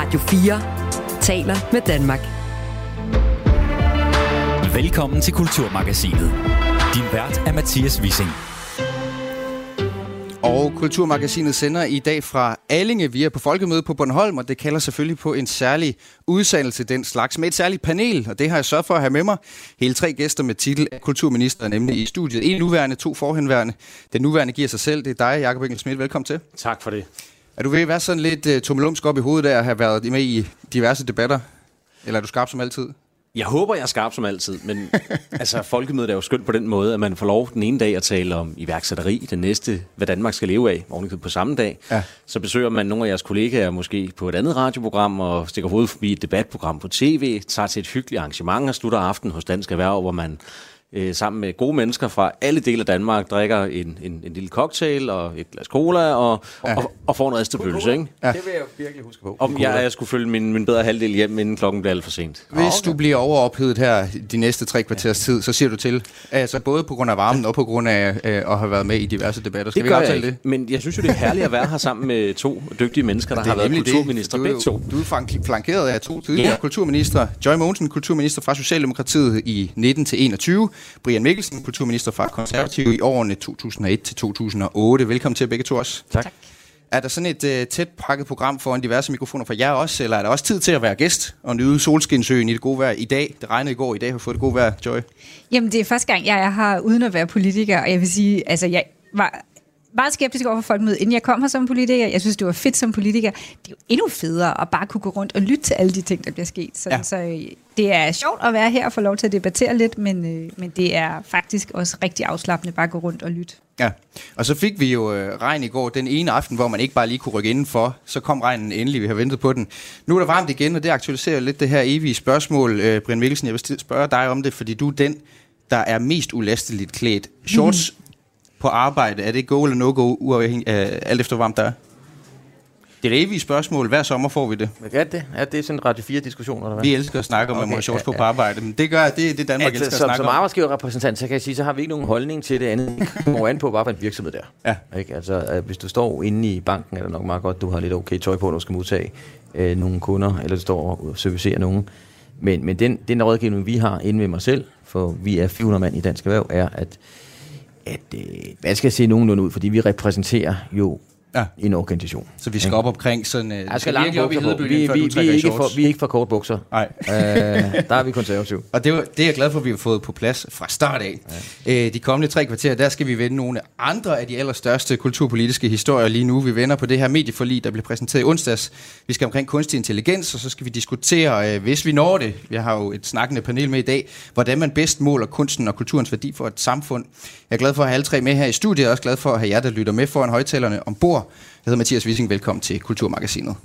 Radio 4 taler med Danmark. Velkommen til Kulturmagasinet. Din vært er Mathias Wissing. Og Kulturmagasinet sender i dag fra Allinge. Vi er på Folkemødet på Bornholm, og det kalder selvfølgelig på en særlig udsendelse den slags med et særligt panel, og det har jeg sørget for at have med mig. Hele 3 gæster med titel af kulturminister, nemlig i studiet. 1 nuværende, 2 forhenværende. Den nuværende giver sig selv. Det er dig, Jakob Engel-Schmidt. Velkommen til. Tak for det. Er du ved at være sådan lidt tummelumsk op i hovedet af at have været med i diverse debatter? Eller er du skarp som altid? Jeg håber, jeg er skarp som altid, men altså, Folkemødet er jo skønt på den måde, at man får lov den ene dag at tale om iværksætteri, den næste, hvad Danmark skal leve af, ovenikøbet på samme dag. Ja. Så besøger man nogle af jeres kollegaer måske på et andet radioprogram og stikker hovedet forbi et debatprogram på tv, tager til et hyggeligt arrangement og slutter aften hos Dansk Erhverv, hvor man sammen med gode mennesker fra alle dele af Danmark drikker en lille cocktail og et glas cola og får en ristet pølse, ikke? Ja. Det vil jeg virkelig huske på. Om jeg skulle følge min bedre halvdel hjem, inden klokken bliver alt for sent. Hvis du bliver overophedet her de næste 3 kvarters tid, så siger du til. Altså både på grund af varmen og på grund af at have været med i diverse debatter. Skal vi aftale det? Men jeg synes jo, det er herligt at være her sammen med 2 dygtige mennesker, der har været kulturminister begge to. Du er flankeret af 2 tidligere kulturminister. Joy Mogensen, kulturminister fra Socialdemokratiet i 19 til 21. Brian Mikkelsen, kulturminister fra Konservative i årene 2001 til 2008. Velkommen til begge to også. Tak. Er der sådan et tæt pakket program foran diverse mikrofoner for jer også, eller er der også tid til at være gæst og nyde solskinsøen i det gode vejr i dag? Det regnede i går, i dag har fået det gode vejr, Joy. Jamen, det er første gang, jeg er her uden at være politiker, og jeg vil sige, altså jeg var meget skeptisk over for Folkemødet, inden jeg kom her som politiker. Jeg synes, det var fedt som politiker. Det er jo endnu federe at bare kunne gå rundt og lytte til alle de ting, der bliver sket. Så det er sjovt at være her og få lov til at debattere lidt, men det er faktisk også rigtig afslappende bare at gå rundt og lytte. Ja, og så fik vi jo regn i går den ene aften, hvor man ikke bare lige kunne rykke indenfor. Så kom regnen endelig, vi har ventet på den. Nu er der varmt igen, og det aktualiserer lidt det her evige spørgsmål. Brian Mikkelsen, jeg vil spørge dig om det, fordi du er den, der er mest ulasteligt klædt. Shorts på arbejde, er det go eller no-go, uafhængig af alt efter hvor varmt der er? Det er et evigt spørgsmål. Hver sommer får vi det. Er det sådan en Radio 4-diskussion, eller hvad? Vi elsker at snakke om, at man må have shorts på arbejde, men det gør det Danmark elsker at snakke om. Som arbejdsgiverrepræsentant, så kan jeg sige, så har vi ikke nogen holdning til det andet. Det kommer an på, hvad for en virksomhed der. Ja. Ikke? Altså, hvis du står inde i banken, er det nok meget godt, du har lidt okay tøj på, når du skal modtage nogle kunder, eller du står og servicerer nogen. Men den rådgivning, vi har inde ved mig selv, for vi er 400 mand i Dansk Erhverv, er, at hvad skal jeg se nogenlunde ud, fordi vi repræsenterer jo en organisation. Så vi skal op omkring sådan... Jeg skal langt bukser på. Vi er ikke for kort bukser. Nej. Der er vi konservative. Og det er jeg glad for, at vi har fået på plads fra start af. Ja. De kommende 3 kvarterer, der skal vi vende nogle andre af de allerstørste kulturpolitiske historier lige nu. Vi vender på det her medieforlig, der blev præsenteret i onsdags. Vi skal omkring kunstig intelligens, og så skal vi diskutere, hvis vi når det, vi har jo et snakkende panel med i dag, hvordan man bedst måler kunsten og kulturens værdi for et samfund. Jeg er glad for at have alle 3 med her i studiet. Jeg er også glad for at have jer, der lytter med foran højtalerne ombord. Jeg hedder Mathias Wissing. Velkommen til Kulturmagasinet.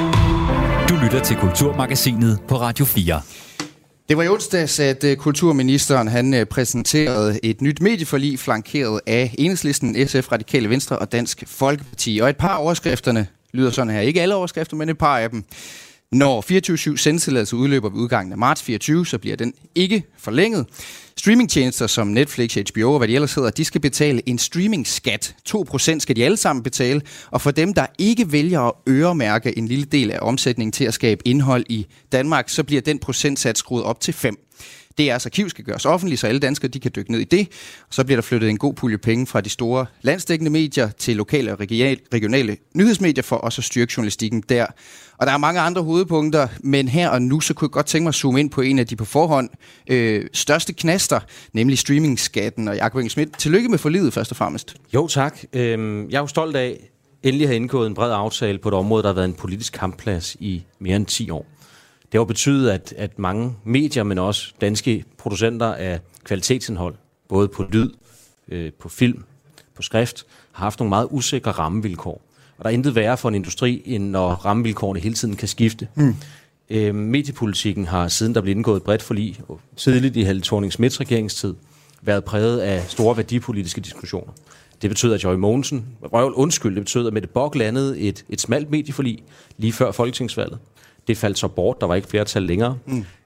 Du lytter til Kulturmagasinet på Radio 4. Det var i onsdags, at kulturministeren han præsenterede et nyt medieforlig, flankeret af Enhedslisten, SF, Radikale Venstre og Dansk Folkeparti. Og et par overskrifterne lyder sådan her. Ikke alle overskrifter, men et par af dem. Når 24/7 sendetilladelse udløber ved udgangen af marts 24, så bliver den ikke forlænget. Streamingtjenester som Netflix, HBO og hvad de ellers hedder, de skal betale en streamingskat. 2% skal de alle sammen betale. Og for dem, der ikke vælger at øremærke en lille del af omsætningen til at skabe indhold i Danmark, så bliver den procentsats skruet op til 5. DR's arkiv skal gøres offentligt, så alle danskere de kan dykke ned i det. Og så bliver der flyttet en god pulje penge fra de store landsdækkende medier til lokale og regionale nyhedsmedier for også at styrke journalistikken der. Og der er mange andre hovedpunkter, men her og nu så kunne jeg godt tænke mig at zoome ind på en af de på forhånd største knaster, nemlig streamingskatten. Og Jakob Engel-Schmidt, tillykke med forliget først og fremmest. Jo tak. Jeg er jo stolt af endelig at have indgået en bred aftale på et område, der har været en politisk kampplads i mere end 10 år. Det har betydet, at mange medier, men også danske producenter af kvalitetsindhold, både på lyd, på film, på skrift, har haft nogle meget usikre rammevilkår. Og der er intet værre for en industri, end når rammevilkårene hele tiden kan skifte. Mediepolitikken har, siden der blev indgået et bredt forlig, tidligt i Helle Thorning-Schmidts regeringstid, været præget af store værdipolitiske diskussioner. Det betyder, at Joy Mogensen, det betyder, at Mette Bock landede et smalt medieforlig lige før folketingsvalget. Det faldt så bort, der var ikke flertal længere.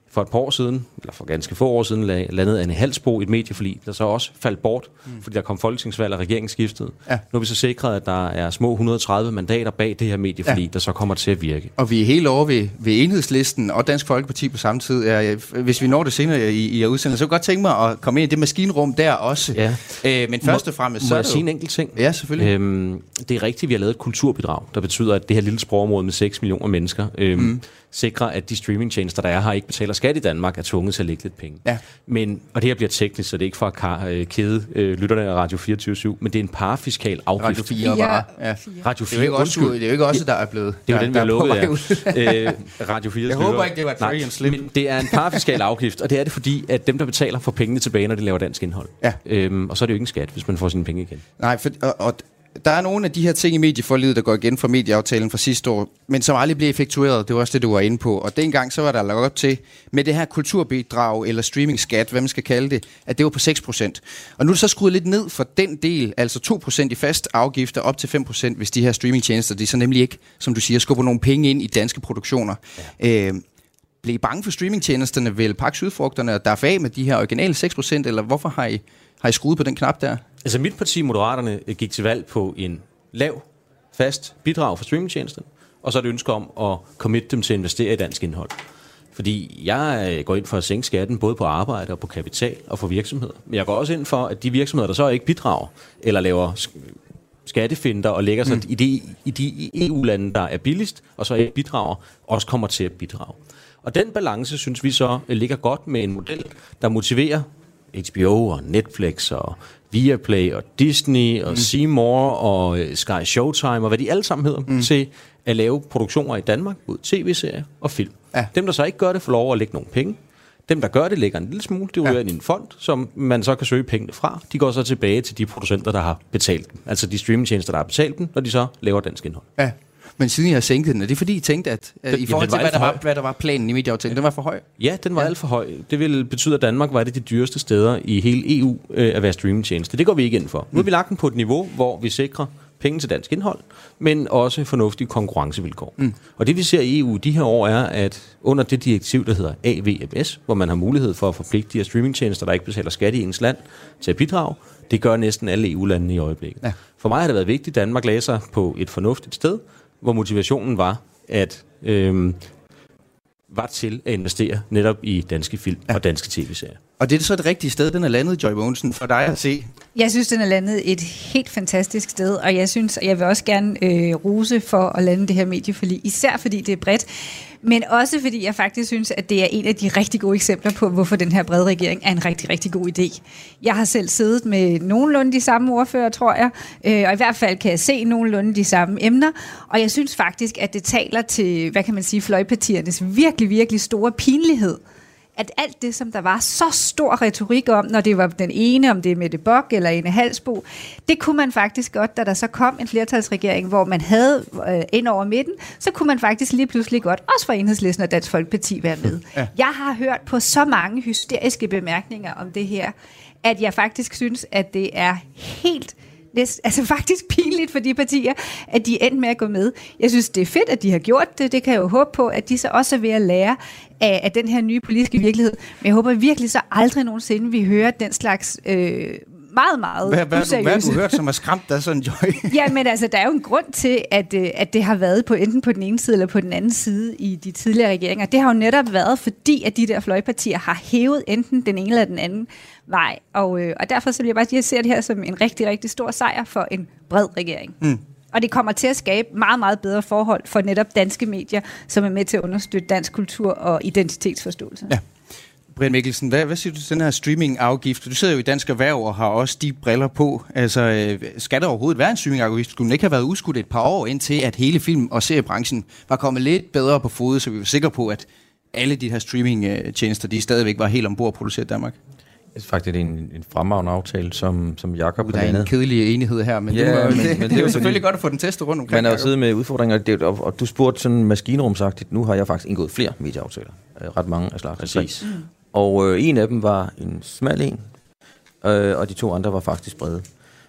for et par år siden, eller for ganske få år siden, landede Anne Halsbo et medieforlig, der så også faldt bort, fordi der kom folketingsvalg og regeringen skiftede. Ja. Nu har vi så sikret, at der er små 130 mandater bag det her medieforlig, der så kommer til at virke. Og vi er helt over ved Enhedslisten og Dansk Folkeparti på samme tid. Hvis vi når det senere i udsendelsen, så kan jeg godt tænke mig at komme ind i det maskinrum der også. Ja. Men først og fremmest... Må jeg sige en enkelt ting? Ja, selvfølgelig. Det er rigtigt, vi har lavet et kulturbidrag, der betyder, at det her lille sprogområde med 6 millioner mennesker sikrer, at de streamingtjenester, der er her, ikke betaler skat i Danmark, er tvunget til at lægge lidt penge. Ja. Og det her bliver teknisk, så det er ikke for at kede lytterne af Radio 24/7, men det er en parafiskal afgift. Radio 4 bare. Ja. Radio 4, det er jo ikke også, der er blevet... Det er jo den, vi har lukket, ja. Radio 4. Jeg håber ikke, det var free and slim. Men det er en parafiskal afgift, og det er det, fordi at dem, der betaler, får pengene tilbage, når de laver dansk indhold. Ja. Og så er det jo ikke en skat, hvis man får sine penge igen. Nej, og der er nogle af de her ting i medieforliget, der går igen fra medieaftalen fra sidste år, men som aldrig blev effektueret. Det var også det, du var inde på. Og dengang så var der lagt op til, med det her kulturbidrag eller streamingskat, hvad man skal kalde det, at det var på 6%. Og nu er det så skruet lidt ned for den del, altså 2% i fast afgifter, op til 5%, hvis de her streamingtjenester, de så nemlig ikke, som du siger, skubber nogle penge ind i danske produktioner. Ja. Blev I bange for streamingtjenesterne, vil pakke sydfrugterne og derfra af med de her originale 6%, eller hvorfor har I skruet på den knap der? Altså mit parti, Moderaterne, gik til valg på en lav, fast bidrag for streamingtjenesterne, og så et ønske om at committe dem til at investere i dansk indhold. Fordi jeg går ind for at sænke skatten både på arbejde og på kapital og for virksomheder. Men jeg går også ind for, at de virksomheder, der så ikke bidrager eller laver skattefinter og lægger sig i de EU-lande, der er billigst, og så ikke bidrager, også kommer til at bidrage. Og den balance, synes vi så, ligger godt med en model, der motiverer HBO og Netflix og Viaplay og Disney og C More og Sky Showtime og hvad de alle sammen hedder, til at lave produktioner i Danmark, både tv-serier og film. Ja. Dem, der så ikke gør det, får lov at lægge nogle penge. Dem, der gør det, lægger en lille smule. Det ryger ind i en fond, som man så kan søge pengene fra. De går så tilbage til de producenter, der har betalt dem. Altså de streamingtjenester, der har betalt dem, når de så laver dansk indhold. Ja. Men siden I har sænket den, er det fordi I tænkte, at i forhold til, hvad der var planen i medieaftalen, den var for høj? Ja, den var alt for høj. Det ville betyde, at Danmark var det de dyreste steder i hele EU at være streamingtjeneste. Det går vi ikke ind for. Nu har vi lagt den på et niveau, hvor vi sikrer penge til dansk indhold, men også fornuftige konkurrencevilkår. Og det vi ser i EU de her år er, at under det direktiv, der hedder AVMS, hvor man har mulighed for at forpligte de her streamingtjenester, der ikke betaler skat i ens land, til at bidrage, det gør næsten alle EU-landene i øjeblikket. Ja. For mig har det været vigtigt, at Danmark lagde sig på et fornuftigt sted, hvor motivationen var, at var til at investere netop i danske film og danske tv-serier. Og det er så et rigtigt sted, den er landet, Joy Mogensen, for dig at se? Jeg synes, den er landet et helt fantastisk sted, og jeg vil også gerne rose for at lande det her medieforlig, især fordi det er bredt, men også fordi jeg faktisk synes, at det er en af de rigtig gode eksempler på, hvorfor den her brede regering er en rigtig, rigtig god idé. Jeg har selv siddet med nogenlunde de samme ordfører, tror jeg, og i hvert fald kan jeg se nogenlunde de samme emner, og jeg synes faktisk, at det taler til, hvad kan man sige, fløjpartiernes virkelig, virkelig store pinlighed, at alt det, som der var så stor retorik om, når det var den ene, om det er Mette Bock eller Anne Halsbo, det kunne man faktisk godt, da der så kom en flertalsregering, hvor man havde ind over midten, så kunne man faktisk lige pludselig godt, også fra Enhedslisten og Dansk Folkeparti, være med. Ja. Jeg har hørt på så mange hysteriske bemærkninger om det her, at jeg faktisk synes, at det er helt faktisk pinligt for de partier, at de endte med at gå med. Jeg synes, det er fedt, at de har gjort det. Det kan jeg jo håbe på, at de så også er ved at lære af den her nye politiske virkelighed. Men jeg håber virkelig så aldrig nogensinde, vi hører den slags meget useriøse. Hvad har du hørt, som har skræmt dig sådan, Joy? Ja, men altså, der er jo en grund til, at det har været på enten på den ene side eller på den anden side i de tidligere regeringer. Det har jo netop været, fordi at de der fløjpartier har hævet enten den ene eller den anden vej. Og derfor så vil jeg bare sige, at jeg ser det her som en rigtig, rigtig stor sejr for en bred regering. Og det kommer til at skabe meget, meget bedre forhold for netop danske medier, som er med til at understøtte dansk kultur og identitetsforståelse. Ja. Brian Mikkelsen, hvad siger du til den her streaming-afgift? Du sidder jo i Dansk Erhverv og har også de briller på. Altså, skal der overhovedet være en streaming-afgift? Skulle den ikke have været udskudt et par år indtil, at hele film- og seriebranchen var kommet lidt bedre på fod, så vi var sikre på, at alle de her streaming-tjenester, de stadigvæk var helt ombord produceret i Danmark? Det er faktisk en fremragende aftale, som Jakob har landet. Der er en kedelig enighed her, men, ja, men det er jo selvfølgelig godt at få den testet rundt omkring. Man har jo siddet med udfordringer, og du spurgte sådan maskinrumsagtigt, nu har jeg faktisk indgået flere medieaftaler. Ret mange af slags. Præcis. Og en af dem var en smal en, og de to andre var faktisk brede.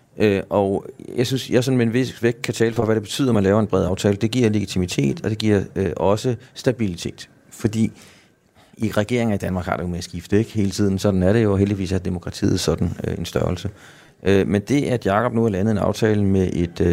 Og jeg synes, jeg sådan med en vis vægt kan tale for, hvad det betyder, at man laver en bred aftale. Det giver legitimitet, og det giver også stabilitet. Fordi I regeringer i Danmark har det jo med at skifte, ikke? Hele tiden. Sådan er det jo, og heldigvis er demokratiet sådan en størrelse. Men det, at Jakob nu har landet en aftale med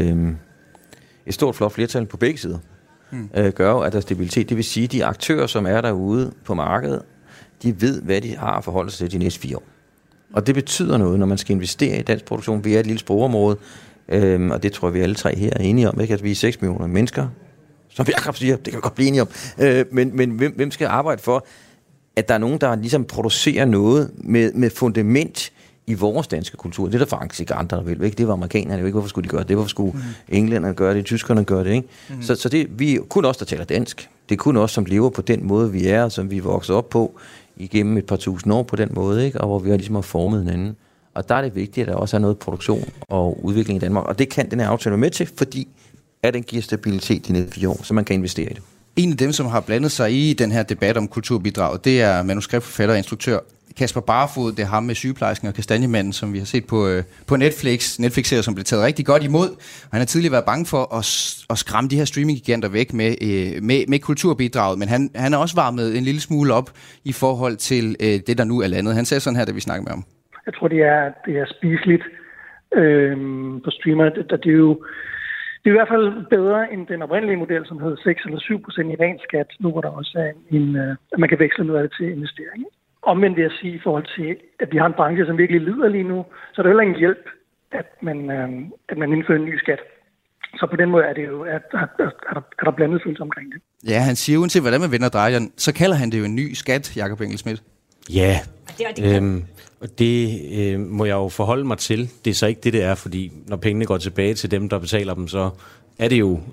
et stort, flot flertal på begge sider, gør jo, at der er stabilitet. Det vil sige, at de aktører, som er derude på markedet, de ved, hvad de har at forholde sig til de næste 4 år. Og det betyder noget, når man skal investere i dansk produktion. Vi er et lille sprogområde, og det tror jeg, vi alle 3 her er enige om, ikke? At vi er 6 millioner mennesker, som Jakob siger, det kan vi godt blive enige om. Men hvem skal arbejde for, at der er nogen, der ligesom producerer noget med fundament i vores danske kultur? Det er der faktisk ikke andre, der vil. Ikke? Det var amerikanerne, ikke? Hvorfor skulle de gøre det? Hvorfor skulle englænderne gøre det? Tyskerne gøre det? Ikke? Så det, vi er kun os, der taler dansk. Det er kun os, som lever på den måde, vi er, som vi er vokset op på igennem et par tusind år på den måde, ikke? Og hvor vi har ligesom formet hinanden. Og der er det vigtigt, at der også er noget produktion og udvikling i Danmark. Og det kan den her aftale være med til, fordi at den giver stabilitet de næste 4 år, så man kan investere i det. En af dem, som har blandet sig i den her debat om kulturbidraget, det er manuskriptforfatter og instruktør Kasper Barfod. Det er ham med Sygeplejersken og Kastanjemanden, som vi har set på Netflix. Netflix-serier, som blev taget rigtig godt imod. Og han har tidligere været bange for at skræmme de her streaminggiganter væk med kulturbidraget, men han er også varmet en lille smule op i forhold til det, der nu er landet. Han sagde sådan her, da vi snakker med ham. Jeg tror, det er spiseligt på streamer. Det er i hvert fald bedre end den oprindelige model, som hed 6 eller 7% i ren skat, nu hvor der også er at man kan veksle noget af det til investering. Omvendt vil jeg sige, i forhold til, at vi har en branche, som virkelig lider lige nu, så er det heller ingen hjælp, at man indfører en ny skat. Så på den måde er det jo, at der blandet følelse omkring det. Ja, han siger uanset hvordan man vender drejer, så kalder han det jo en ny skat, Jakob Engel-Schmidt. Ja, og det må jeg jo forholde mig til. Det er så ikke det er, fordi når pengene går tilbage til dem, der betaler dem, så er det jo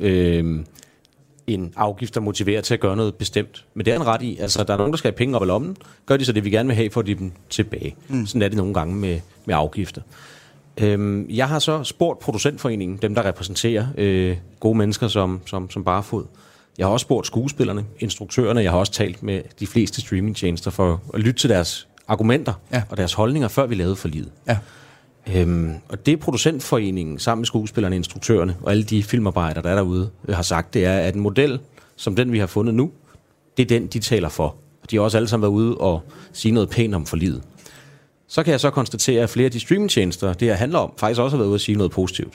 en afgift, der motiverer til at gøre noget bestemt. Men det er en ret i. Altså, der er nogen, der skal have penge op i lommen. Gør de så det, vi gerne vil have, får de dem tilbage. Sådan er det nogle gange med afgifter. Jeg har så spurgt producentforeningen, dem der repræsenterer gode mennesker som Barfod. Jeg har også spurgt skuespillerne, instruktørerne. Jeg har også talt med de fleste streamingtjenester for at lytte til deres argumenter og deres holdninger, før vi lavede forliget. Ja. Og det producentforeningen sammen med skuespillerne, instruktørerne og alle de filmarbejdere, der er derude, har sagt, det er, at en model som den, vi har fundet nu, det er den, de taler for. Og de har også alle sammen været ude og sige noget pænt om forliget. Så kan jeg så konstatere, at flere af de streamingtjenester, det her handler om, faktisk også har været ude at sige noget positivt.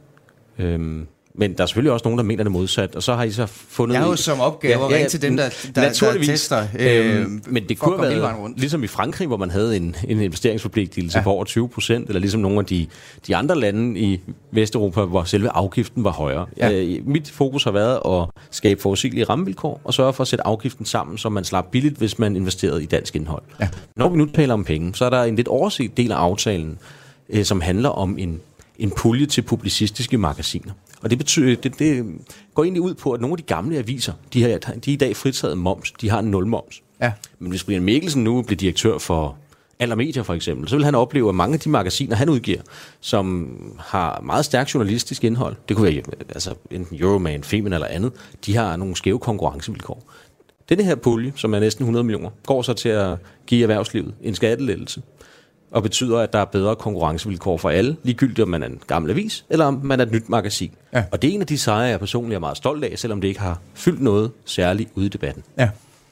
Men der er selvfølgelig også nogen, der mener det modsat, og så har I så fundet... Jeg er jo som opgave at ringe til dem, der tester. Men det kunne have været ligesom i Frankrig, hvor man havde en investeringsforpligtelse på over 20%, eller ligesom nogle af de andre lande i Vesteuropa, hvor selve afgiften var højere. Mit fokus har været at skabe forudsigelige rammevilkår, og sørge for at sætte afgiften sammen, så man slap billigt, hvis man investerede i dansk indhold. Ja. Når vi nu taler om penge, så er der en lidt overset del af aftalen, som handler om en pulje til publicistiske magasiner. Og det betyder, det går egentlig ud på, at nogle af de gamle aviser, de er i dag fritaget moms. De har en nulmoms. Ja. Men hvis Brian Mikkelsen nu bliver direktør for Aller Medier for eksempel, så vil han opleve, at mange af de magasiner, han udgiver, som har meget stærkt journalistisk indhold, det kunne være altså enten Euroman, Femina eller andet, de har nogle skæve konkurrencevilkår. Denne her pulje, som er næsten 100 millioner, går så til at give erhvervslivet en skattelettelse, og betyder, at der er bedre konkurrencevilkår for alle, ligegyldigt om man er en gammel avis, eller om man er et nyt magasin. Ja. Og det er en af de sejre, jeg personligt er meget stolt af, selvom det ikke har fyldt noget særligt ude i debatten. Ja.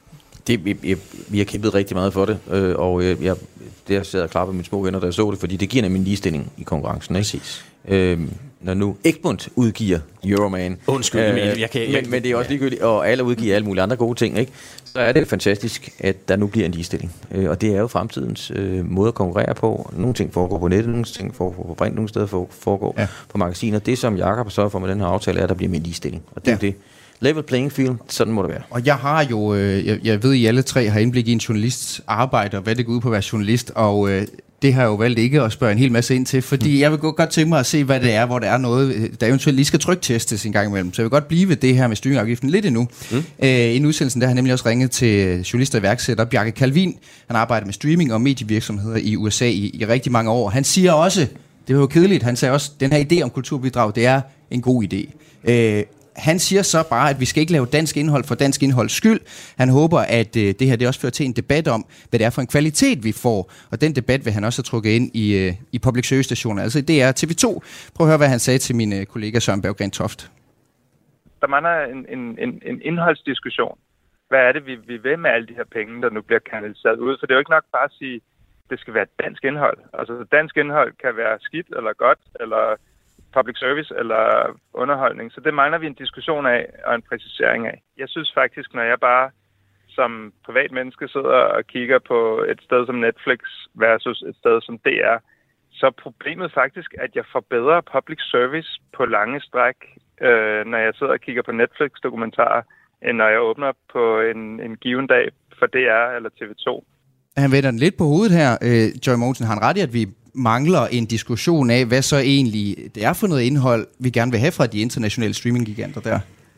Vi har kæmpet rigtig meget for det, og jeg sad og klappede mine små venner, da jeg så det, fordi det giver nemlig en ligestilling i konkurrencen. Ikke? Præcis. Når nu Egmont udgiver Euroman, undskyld, men det er også ligegyldigt, og alle udgiver alle mulige andre gode ting, ikke? Så er det fantastisk, at der nu bliver en ligestilling. Og det er jo fremtidens måde at konkurrere på. Nogle ting foregår på nettet, nogle ting foregår på print, nogle steder foregår på magasiner. Det, som Jakob sørger for med den her aftale, er, at der bliver mere ligestilling. Og det er det. Level playing field, sådan må det være. Og jeg har jo, jeg ved, I alle 3 har indblik i en journalists arbejde, og hvad det går ud på at være journalist, og det har jeg jo valgt ikke at spørge en hel masse ind til, fordi jeg vil godt tænke mig at se, hvad det er, hvor der er noget, der eventuelt lige skal tryktestes en gang imellem. Så jeg vil godt blive ved det her med styringafgiften lidt endnu. I udsendelsen der har jeg nemlig også ringet til journalist og iværksætter Bjarke Calvin. Han arbejder med streaming og medievirksomheder i USA i rigtig mange år. Han siger også, det var jo kedeligt, han sagde også, den her idé om kulturbidrag, det er en god idé. Han siger så bare, at vi skal ikke lave dansk indhold for dansk indholds skyld. Han håber, at det her det også fører til en debat om, hvad det er for en kvalitet, vi får. Og den debat vil han også have trukket ind i public service stationer. Altså det er TV2. Prøv at høre, hvad han sagde til min kollega Søren Berggren Toft. Der mangler en indholdsdiskussion. hvad er det, vi vil med alle de her penge, der nu bliver kanaliseret ud? For det er jo ikke nok bare at sige, at det skal være dansk indhold. Altså dansk indhold kan være skidt eller godt, eller public service eller underholdning. Så det mangler vi en diskussion af og en præcisering af. Jeg synes faktisk, når jeg bare som privat menneske sidder og kigger på et sted som Netflix versus et sted som DR, så er problemet faktisk, at jeg får bedre public service på lange stræk, når jeg sidder og kigger på Netflix-dokumentarer, end når jeg åbner på en given dag for DR eller TV2. Han vender den lidt på hovedet her, Joy Mogensen. Har han ret i, at vi mangler en diskussion af, hvad så egentlig det er for noget indhold, vi gerne vil have fra de internationale streaminggiganter der?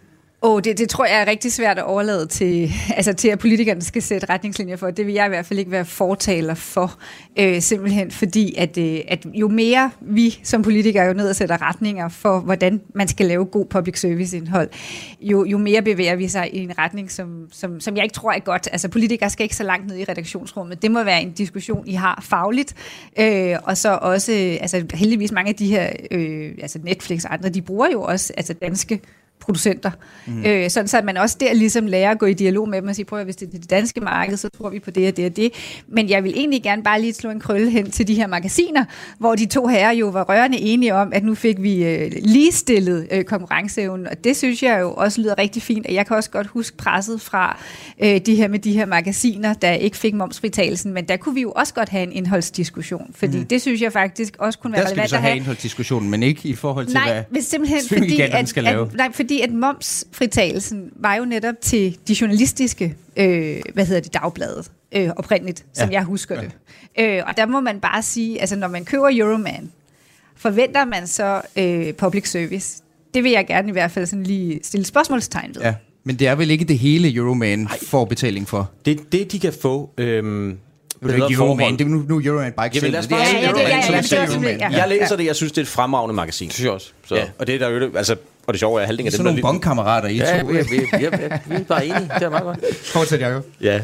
Det tror jeg er rigtig svært at overlade til, til at politikerne skal sætte retningslinjer for. Det vil jeg i hvert fald ikke være fortaler for. Simpelthen fordi, at jo mere vi som politikere er jo ned og sætter retninger for, hvordan man skal lave god public service indhold, jo mere bevæger vi sig i en retning, som jeg ikke tror er godt. Altså politikere skal ikke så langt ned i redaktionsrummet. Det må være en diskussion, I har fagligt. Og så også, heldigvis mange af de her, Netflix og andre, de bruger jo også danske producenter. Sådan så at man også der ligesom lærer at gå i dialog med dem og sige, prøv at hvis det er det danske marked, så tror vi på det og det og det. Men jeg vil egentlig gerne bare lige slå en krølle hen til de her magasiner, hvor de to herrer jo var rørende enige om, at nu fik vi ligestillet konkurrenceevnen, og det synes jeg jo også lyder rigtig fint, og jeg kan også godt huske presset fra de her magasiner, der ikke fik momsfritagelsen, men der kunne vi jo også godt have en indholdsdiskussion, fordi det synes jeg faktisk også kunne være relevant at have. Der skal vi så have indholdsdiskussionen, men ikke i forhold til, hvad streaminggiganterne skal lave. Fordi at momsfritagelsen var jo netop til de journalistiske, dagbladet oprindeligt, som jeg husker det. Og der må man bare sige, altså når man køber Euroman, forventer man så public service? Det vil jeg gerne i hvert fald sådan lige stille spørgsmålstegn ved. Ja, men det er vel ikke det hele Euroman får betaling for? Det de kan få... Euroman. Det er nu Euroman bare ikke selv. Jeg læser det, jeg synes, det er et fremragende magasin. Det synes jeg også. Så. Ja. Og det er der jo, altså, og det sjove er, at halvdelen af dem, der... Sådan nogle bondkammerater i to. Vi er bare enige. Det er meget godt. Fortsæt, Jacob. Ja,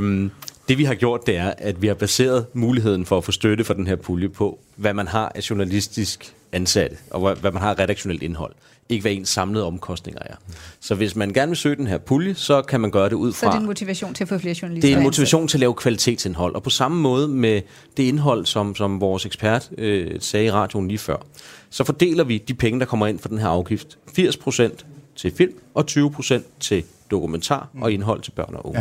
det vi har gjort, det er, at vi har baseret muligheden for at få støtte for den her pulje på, hvad man har af journalistisk ansatte, og hvad man har af redaktionelt indhold. Ikke hvad ens samlede omkostninger er. Så hvis man gerne vil søge den her pulje, så kan man gøre det ud fra... Så det er en motivation til at få flere journalister? Det er en motivation til at lave kvalitetsindhold. Og på samme måde med det indhold, som vores ekspert sagde i radioen lige før, så fordeler vi de penge, der kommer ind for den her afgift. 80% til film og 20% til dokumentar og indhold til børn og unge.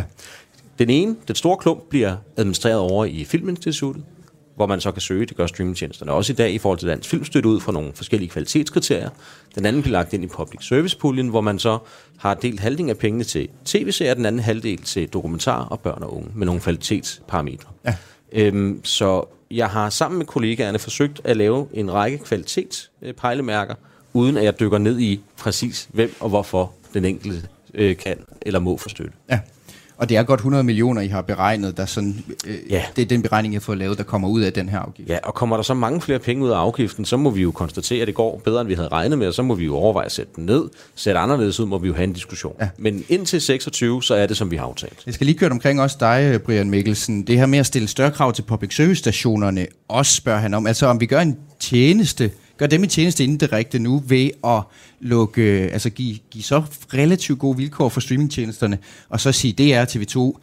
Ja. Den store klump, bliver administreret over i Filminstituttet, hvor man så kan søge, det gør streamingtjenesterne også i dag, i forhold til dansk filmstøtte ud fra nogle forskellige kvalitetskriterier. Den anden bliver lagt ind i public service-puljen, hvor man så har delt halvdelen af pengene til tv-serier, den anden halvdel til dokumentar og børn og unge, med nogle kvalitetsparametre. Ja. Så jeg har sammen med kollegaerne forsøgt at lave en række kvalitetspejlemærker, uden at jeg dykker ned i præcis, hvem og hvorfor den enkelte kan eller må få støtte. Ja. Og det er godt 100 millioner, I har beregnet, der sådan, det er den beregning, jeg får lavet, der kommer ud af den her afgift. Ja, og kommer der så mange flere penge ud af afgiften, så må vi jo konstatere, at det går bedre, end vi havde regnet med, og så må vi jo overveje at sætte den ned. Sætte anderledes ud, må vi jo have en diskussion. Ja. Men indtil 26, så er det, som vi har aftalt. Jeg skal lige køre omkring også dig, Brian Mikkelsen. Det her med at stille større krav til public service-stationerne, også spørger han om. Altså om vi gør en tjeneste, gør dem en tjeneste indirekte nu ved at lukke, give så relativt gode vilkår for streamingtjenesterne, og så sige, det er TV2,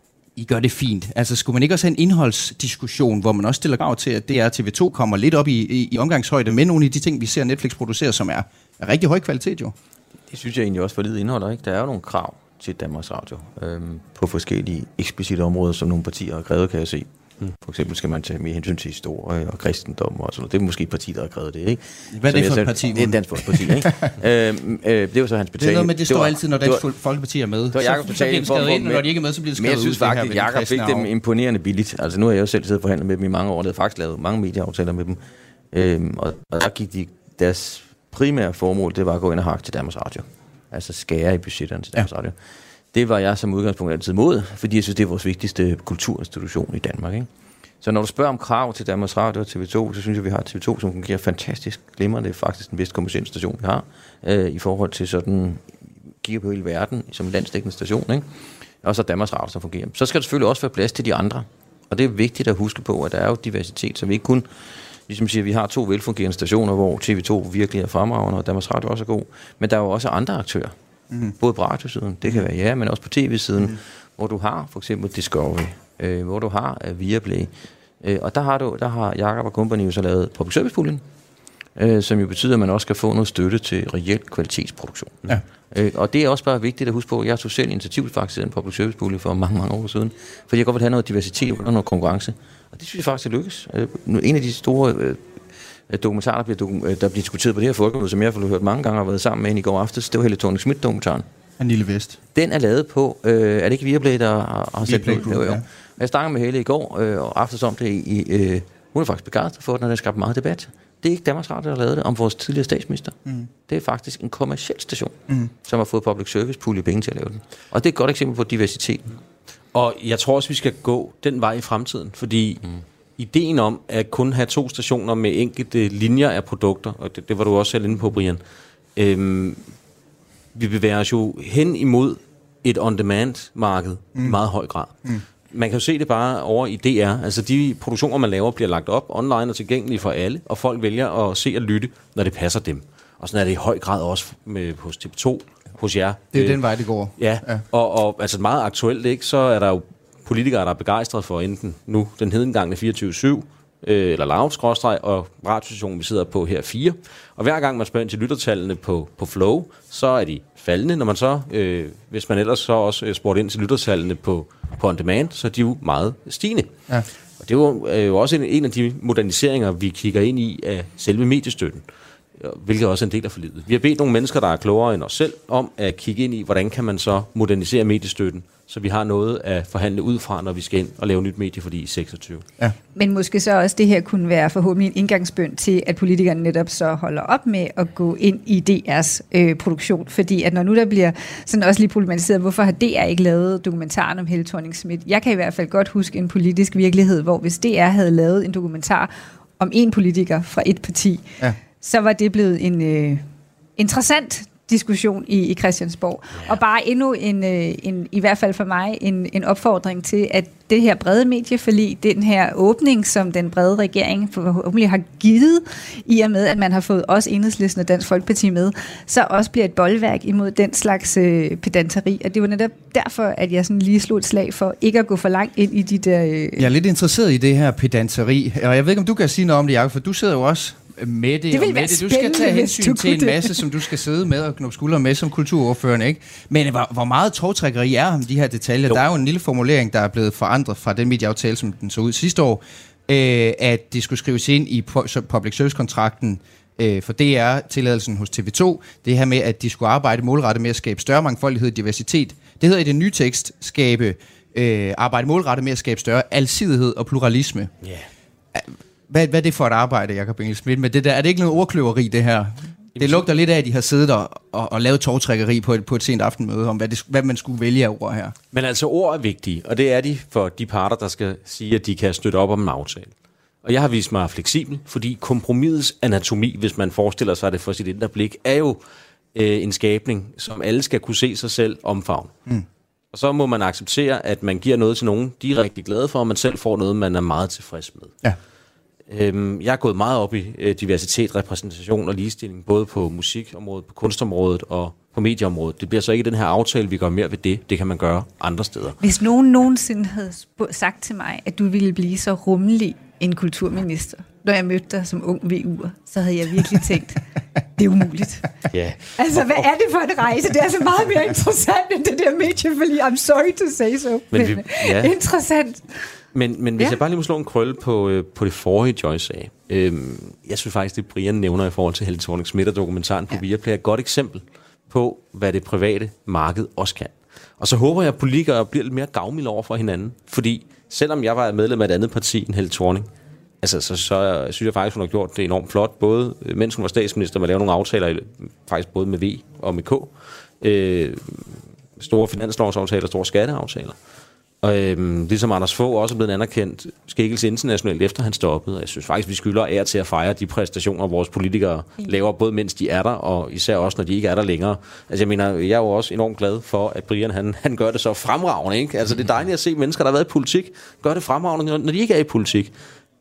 I gør det fint. Altså skulle man ikke også have en indholdsdiskussion, hvor man også stiller krav til, at DR TV2 kommer lidt op i omgangshøjde med nogle af de ting, vi ser Netflix producere, som er rigtig høj kvalitet jo? Det synes jeg egentlig også for lidt indholder, ikke? Der er jo nogle krav til Danmarks Radio på forskellige eksplicite områder, som nogle partier har krævet, kan jeg se. For eksempel skal man tage med hensyn til historie og kristendom og sådan noget. Det er måske et parti, der har krævet det, ikke? Hvad er det for et parti? Det er Dansk Folkeparti, ikke? Det er jo så hans betaling. Det er noget med, det står altid, når Dansk Folkeparti er med. Så bliver det skrevet ind, og når de ikke er med, så bliver det skrevet ud. Men jeg synes faktisk, at Jacob fik dem imponerende billigt. Altså nu har jeg jo selv siddet og forhandlet med dem i mange år. Det har faktisk lavet mange medieaftaler med dem. Og der gik deres primære formål, det var at gå ind og hakke til Danmarks Radio. Altså skære i budgetterne til Danmarks Radio. Det var jeg som udgangspunkt altid mod, fordi jeg synes, det er vores vigtigste kulturinstitution i Danmark, ikke? Så når du spørger om krav til Danmarks Radio og TV2, så synes jeg, vi har TV2, som fungerer fantastisk glimrende. Det er faktisk den bedste kommercielle station, vi har, i forhold til sådan, kigger på hele verden, som en landsdækkende station, ikke? Og så Danmarks Radio, som fungerer. Så skal der selvfølgelig også være plads til de andre. Og det er vigtigt at huske på, at der er jo diversitet, så vi ikke kun, ligesom siger, vi har 2 velfungerende stationer, hvor TV2 virkelig er fremragende, og Danmarks Radio også er god. Men der er jo også andre aktører. Både på radiosiden, det kan være men også på tv-siden, hvor du har for eksempel Discovery, hvor du har Viaplay. Og der har Jacob og Company jo så lavet public service-puljen, som jo betyder, at man også kan få noget støtte til reel kvalitetsproduktion. Ja. Og det er også bare vigtigt at huske på, at jeg tog selv initiativ faktisk til en public service-pulje for mange, mange år siden, fordi jeg godt vil have noget diversitet og noget konkurrence. Og det synes jeg faktisk lykkes. En af de store dokumentarer, der bliver diskuteret på det her folkemøde, som jeg har hørt mange gange og været sammen med en i går aftes, det var Helle Thorning-Schmidt-dokumentaren. Anille Vest. Den er lavet på, er det ikke Viaplay, der har sat på? Ja. Jeg snakkede med Helle i går og aftes om det. Hun er faktisk begejstret for den, og den har skabt meget debat. Det er ikke Danmarks Radio, der har lavet det om vores tidligere statsminister. Det er faktisk en kommerciel station, som har fået public service pulje penge til at lave den. Og det er et godt eksempel på diversiteten. Og jeg tror også, vi skal gå den vej i fremtiden, fordi ideen om at kun have 2 stationer med enkelte linjer af produkter, og det var du også selv inde på, Brian, vi bevæger os jo hen imod et on-demand-marked i meget høj grad. Man kan jo se det bare over i DR. Altså de produktioner, man laver, bliver lagt op online og tilgængelige for alle, og folk vælger at se og lytte, når det passer dem. Og sådan er det i høj grad også hos TV2, hos jer. Det er den vej, det går. Ja. Og altså meget aktuelt, ikke, så er der jo politikere, der er begejstrede for enten nu den hedengangne 24/7, eller Loud-, og radiostationen, vi sidder på her 4. Og hver gang man spørger ind til lyttertallene på Flow, så er de faldende. Når man så, hvis man ellers så også spurgte ind til lyttertallene på On Demand, så er de jo meget stigende. Ja. Og det er jo også en af de moderniseringer, vi kigger ind i af selve mediestøtten, hvilket også er en del af forliget. Vi har bedt nogle mennesker, der er klogere end os selv, om at kigge ind i, hvordan kan man så modernisere mediestøtten, så vi har noget at forhandle ud fra, når vi skal ind og lave nyt medieforlig i 26. Ja. Men måske så også det her kunne være forhåbentlig en indgangsbøn til, at politikerne netop så holder op med at gå ind i DR's produktion. Fordi at når nu der bliver sådan også lige problematiseret, hvorfor har DR ikke lavet dokumentaren om Helle Thorning-Schmidt? Jeg kan i hvert fald godt huske en politisk virkelighed, hvor hvis DR havde lavet en dokumentar om en politiker fra et parti, så var det blevet en interessant diskussion i Christiansborg. Ja. Og bare endnu en, i hvert fald for mig, en opfordring til, at det her brede medieforlig, den her åbning, som den brede regering forhåbentlig har givet, i og med, at man har fået også Enhedslisten og Dansk Folkeparti med, så også bliver et boldværk imod den slags pedanteri. Og det var netop derfor, at jeg sådan lige slog et slag for ikke at gå for langt ind i de der... Jeg er lidt interesseret i det her pedanteri, og jeg ved ikke, om du kan sige noget om det, Jacob, for du sidder jo også med det, og med det. Du skal tage hensyn til en masse, som du skal sidde med og knuppe skuldre med som kulturordførende, ikke? Men hvor meget tovtrækkeri er om de her detaljer? Jo. Der er jo en lille formulering, der er blevet forandret fra den medieaftale, som den så ud sidste år, at det skulle skrives ind i public service-kontrakten for DR-tilladelsen hos TV2. Det her med, at de skulle arbejde målrettet med at skabe større mangfoldighed og diversitet. Det hedder i den nye tekst, arbejde målrettet med at skabe større alsidighed og pluralisme. Yeah. Hvad er det for et arbejde, Jacob Engel-Schmidt, med det der? Er det ikke noget ordkløveri, det her? Det lugter lidt af, at de har siddet og lavet tovtrækkeri på et sent aftenmøde om, hvad man skulle vælge af ord her. Men altså ord er vigtige, og det er de for de parter, der skal sige, at de kan støtte op om en aftale. Og jeg har vist mig fleksibel, fordi kompromisets anatomi, hvis man forestiller sig det for sit indre blik, er jo en skabning, som alle skal kunne se sig selv omfavne. Og så må man acceptere, at man giver noget til nogen, de er rigtig glade for, og man selv får noget, man er meget tilfreds med. Ja. Jeg er gået meget op i diversitet, repræsentation og ligestilling, både på musikområdet, på kunstområdet og på medieområdet. Det bliver så ikke den her aftale, vi gør mere ved det. Det kan man gøre andre steder. Hvis nogen nogensinde havde sagt til mig, at du ville blive så rummelig en kulturminister, når jeg mødte dig som ung VU'er, så havde jeg virkelig tænkt, det er umuligt. Yeah. Altså, hvad er det for en rejse? Det er altså meget mere interessant end det der medieforlig. I'm sorry to say so. Men interessant. Men hvis jeg bare lige må slå en krølle på det forrige, Joyce sagde. Jeg synes faktisk, det Brian nævner i forhold til Helle Thorning-Schmidt og dokumentaren på Viaplay er et godt eksempel på, hvad det private marked også kan. Og så håber jeg, at politikere bliver lidt mere gavmilde over for hinanden. Fordi selvom jeg var medlem af et andet parti end Helle Thorning, altså, så synes jeg faktisk, hun har gjort det enormt flot. Både mens hun var statsminister, med at lave nogle aftaler, faktisk både med V og med K. Store finanslovsaftaler, store skatteaftaler. Og ligesom Anders Fogh også er blevet en anerkendt skikkelse internationalt efter han stoppede. Jeg synes faktisk, vi skylder ære til at fejre de præstationer, vores politikere laver, både mens de er der, og især også, når de ikke er der længere. Altså jeg mener, jeg er jo også enormt glad for, at Brian han gør det så fremragende, ikke? Altså det er dejligt at se mennesker, der har været i politik, gør det fremragende, når de ikke er i politik.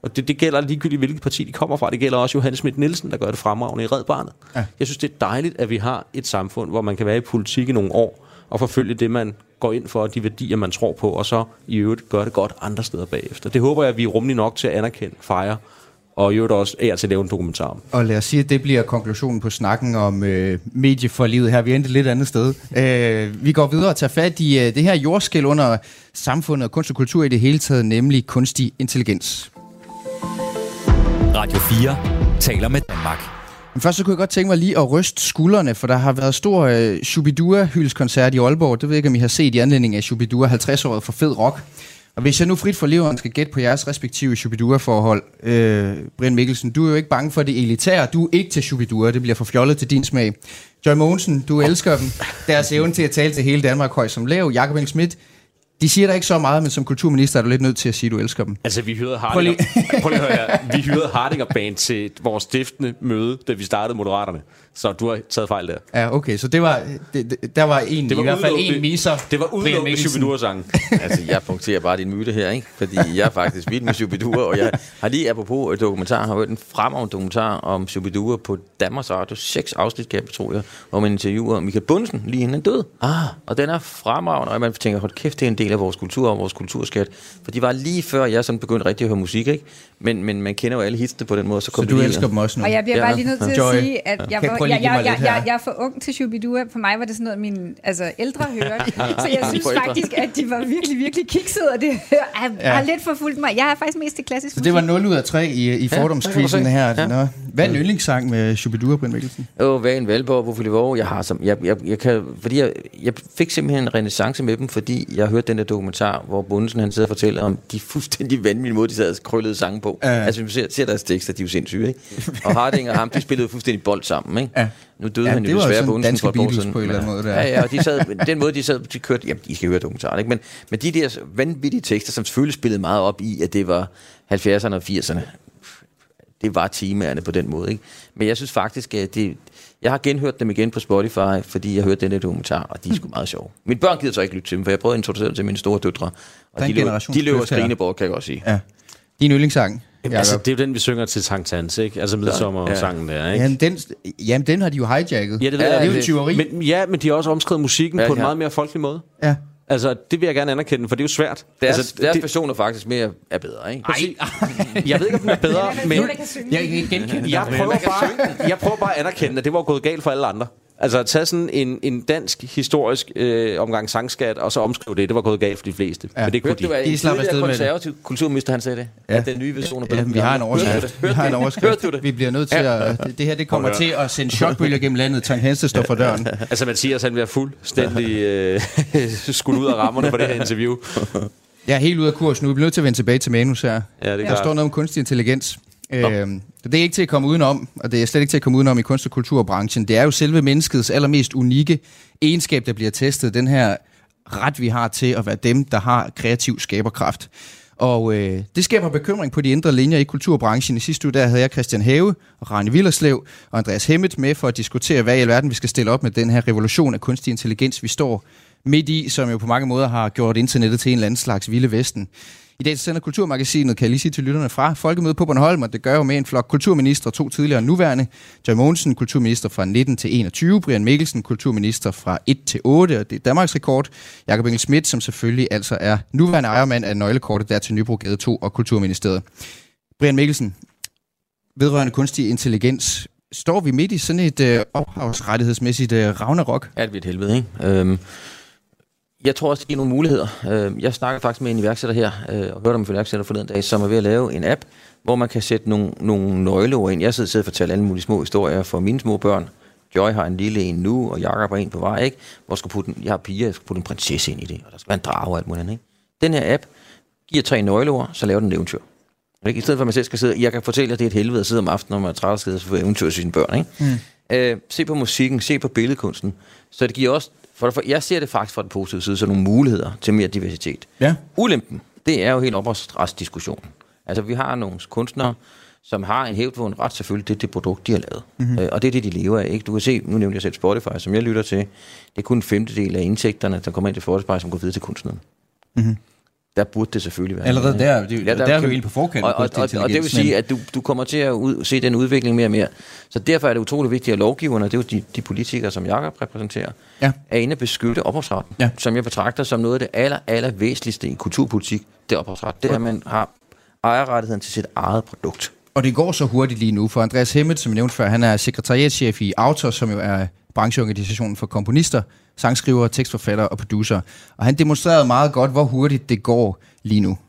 Og det gælder ligegyldigt, hvilket parti de kommer fra. Det gælder også Johannes Schmidt-Nielsen, der gør det fremragende i Red Barnet. Ja. Jeg synes, det er dejligt, at vi har et samfund, hvor man kan være i politik i nogle år, og forfølge det, man går ind for, de værdier, man tror på, og så i øvrigt gøre det godt andre steder bagefter. Det håber jeg, at vi er rummelige nok til at anerkende, fejre, og i øvrigt også til at lave en dokumentar om. Og lad os sige, at det bliver konklusionen på snakken om medieforlivet her. Vi er endte et lidt andet sted. Vi går videre og tager fat i det her jordskælv under samfundet og kunst og kultur i det hele taget, nemlig kunstig intelligens. Radio 4 taler med Danmark. Men først så kunne jeg godt tænke mig lige at ryste skuldrene, for der har været stor Shubidua-hyldskoncert i Aalborg. Det ved jeg ikke, om I har set i anledning af Shubidua 50-året for fed rock. Og hvis jeg nu frit for leveren skal gætte på jeres respektive Shubidua-forhold, Brian Mikkelsen, du er jo ikke bange for det elitære. Du er ikke til Shubidua, det bliver for fjollet til din smag. Joy Mogensen, du elsker dem. Deres evne til at tale til hele Danmark høj som lav. Jakob Engel-Schmidt, de siger der ikke så meget, men som kulturminister er du lidt nødt til at sige, at du elsker dem. Altså, vi hyrede Hardinger Band til vores stiftende møde, da vi startede Moderaterne. Så du har taget fejl der. Ja, okay. Så der var en, det var i hvert fald en miser. Det var udelukkende Shubidua-sangen. Altså, jeg punkterer bare din myte her, ikke? Fordi jeg er faktisk vild med Shubidua, og jeg har lige apropos dokumentar, har hørt en fremragende dokumentar om Shubidua på Danmarks Radio. 6 afsnit, kan jeg betro jer, hvor man interviewer Michael Bundsen, lige inden han døde. Og den er fremragende, og man tænker, hold kæft, det er en del af vores kultur og vores kulturskat. For de var lige før jeg sådan begyndte rigtig at høre musik, ikke? Men man kender jo alle hitsene på den måde. Så du elsker dem også nu? Og jeg bliver bare lige nødt til at sige, at jeg er for ung til Shubidua. For mig var det sådan noget, mine ældre hørte. Så jeg synes faktisk, at de var virkelig, virkelig kiksede, og det har lidt forfulgt mig. Jeg er faktisk mest til klassisk musik. Så det var 0 ud af 3 i fordomsquizzen her. Ja. Hvad er en yndlingssang med Shubidua, Brian Mikkelsen? Hvad en Valborg, hvor Fulivor. Jeg fik simpelthen en renæssance med dem, fordi jeg hørte den der dokumentar, hvor Bundesen han sidder og fortæller om de fuldstændig vanvittige måde, de sad og krøllede sange på. Altså, vi ser deres tekster, de er jo sindssyge, ikke? Og Harding og ham, de spillede fuldstændig bold sammen, ikke? Nu døde han jo desværre Bundesen for et år siden. På en eller anden måde, der. Ja, og den måde, de kørte, jamen, I skal høre dokumentaren, ikke? Men de der vanvittige tekster, som selvfølgelig spillede meget op i, at det var 70'erne og 80'erne, det var temaerne på den måde, ikke? Men jeg synes faktisk, at jeg har genhørt dem igen på Spotify, fordi jeg hørte den der dokumentar, og de er sgu meget sjove. Mine børn gider så ikke lytte til dem, for jeg prøvede at introducere dem til mine store døtre, og de løber skrigende bort, kan jeg godt sige. Ja. Din yndlingssang? Altså, det er jo den, vi synger til Sankt Hans, ikke? Altså midsommersangen der, ikke? Jamen, den har de jo hijacket. Ja, det er jo tyveri. Men de har også omskrevet musikken på en meget mere folkelig måde. Ja. Altså, det vil jeg gerne anerkende, for det er jo svært. Deres version er faktisk mere bedre, ikke? Nej, jeg ved ikke, om den er bedre, men jeg prøver bare at anerkende, at det var gået galt for alle andre. Altså at tage sådan en dansk historisk omgang sangskat, og så omskrive det var gået galt for de fleste. Ja. Men det kunne de. I slap afsted med det. Konservativ kulturminister, han sagde det. Ja. At den nye version er bedre. Vi har en overskrift. Vi bliver nødt til at... Det her, det kommer til at sende chokbølger gennem landet. Tank Hansen står for døren. Altså Mathias, han bliver fuldstændig skudt ud af rammerne på det her interview. Jeg er helt ude af kurs nu. Vi bliver nødt til at vende tilbage til manus her. Ja, der står noget om kunstig intelligens. Det er ikke til at komme udenom, og det er slet ikke til at komme udenom i kunst- og kulturbranchen. Det er jo selve menneskets allermest unikke egenskab, der bliver testet. Den her ret, vi har til at være dem, der har kreativ skaberkraft. Og det skaber bekymring på de indre linjer i kulturbranchen. I sidste uge der havde jeg Christian Have, Rane Willerslev og Andreas Hemmet med for at diskutere, hvad i alverden vi skal stille op med den her revolution af kunstig intelligens, vi står midt i, som jo på mange måder har gjort internettet til en eller anden slags vilde vesten. I dag sender Kulturmagasinet, kan jeg lige sige til lytterne, fra Folkemødet på Bornholm, og det gør jo med en flok kulturminister, 2 tidligere og nuværende. Joy Mogensen, kulturminister fra 19 til 21, Brian Mikkelsen, kulturminister fra 1 til 8, og det er Danmarks rekord. Jakob Engel-Schmidt, som selvfølgelig altså er nuværende ejermand af nøglekortet der til Nybrogade 2 og Kulturministeriet. Brian Mikkelsen, vedrørende kunstig intelligens, står vi midt i sådan et ophavsrettighedsmæssigt ragnarok? Alt ved et helvede, ikke? Jeg tror også, det giver nogle muligheder. Jeg snakker faktisk med en iværksætter her, og hørte om en iværksætter forleden dag, som er ved at lave en app, hvor man kan sætte nogle nøgleord ind. Jeg sidder og fortæller alle mulige små historier for mine små børn. Joy har en lille en nu, og Jakob har en på vej, ikke? Hvor skal putte jeg har piger, jeg skal putte en prinsesse ind i det, og der skal være en drage og alt muligt, ikke? Den her app giver 3 nøgleord, så laver den et eventyr. Ikke? I stedet for, at man selv skal sidde, jeg kan fortælle jer, det er et helvede at sidde om aftenen, når man er træt og skal få eventyr til sine børn, ikke? Se på musikken, se på billedkunsten. Så det giver også, jeg ser det faktisk fra den positive side, så nogle muligheder til mere diversitet. Ja. Ulempen, det er jo helt ophavsretsdiskussionen. Altså vi har nogle kunstnere, som har en hævdvunden ret selvfølgelig, det produkt, de har lavet. Og det er det, de lever af. Ikke? Du kan se, nu nævnte jeg selv Spotify, som jeg lytter til, det er kun 1/5 af indtægterne, der kommer ind til Spotify, som går videre til kunstneren. Der burde det selvfølgelig være. Allerede der er vi jo egentlig på forkant. Og det vil sige, at du kommer til at se den udvikling mere og mere. Så derfor er det utroligt vigtigt, at lovgiverne, det er jo de politikere, som Jakob repræsenterer, er inde at beskytte ophavsretten, som jeg betragter som noget af det aller væsentligste i kulturpolitik, det er ophavsret. Det er, at man har ejerrettigheden til sit eget produkt. Og det går så hurtigt lige nu, for Andreas Hemmet, som jeg nævnte før, han er sekretariatschef i Autor, som jo er brancheorganisationen for komponister, sangskrivere, tekstforfattere og producer. Og han demonstrerede meget godt, hvor hurtigt det går lige nu.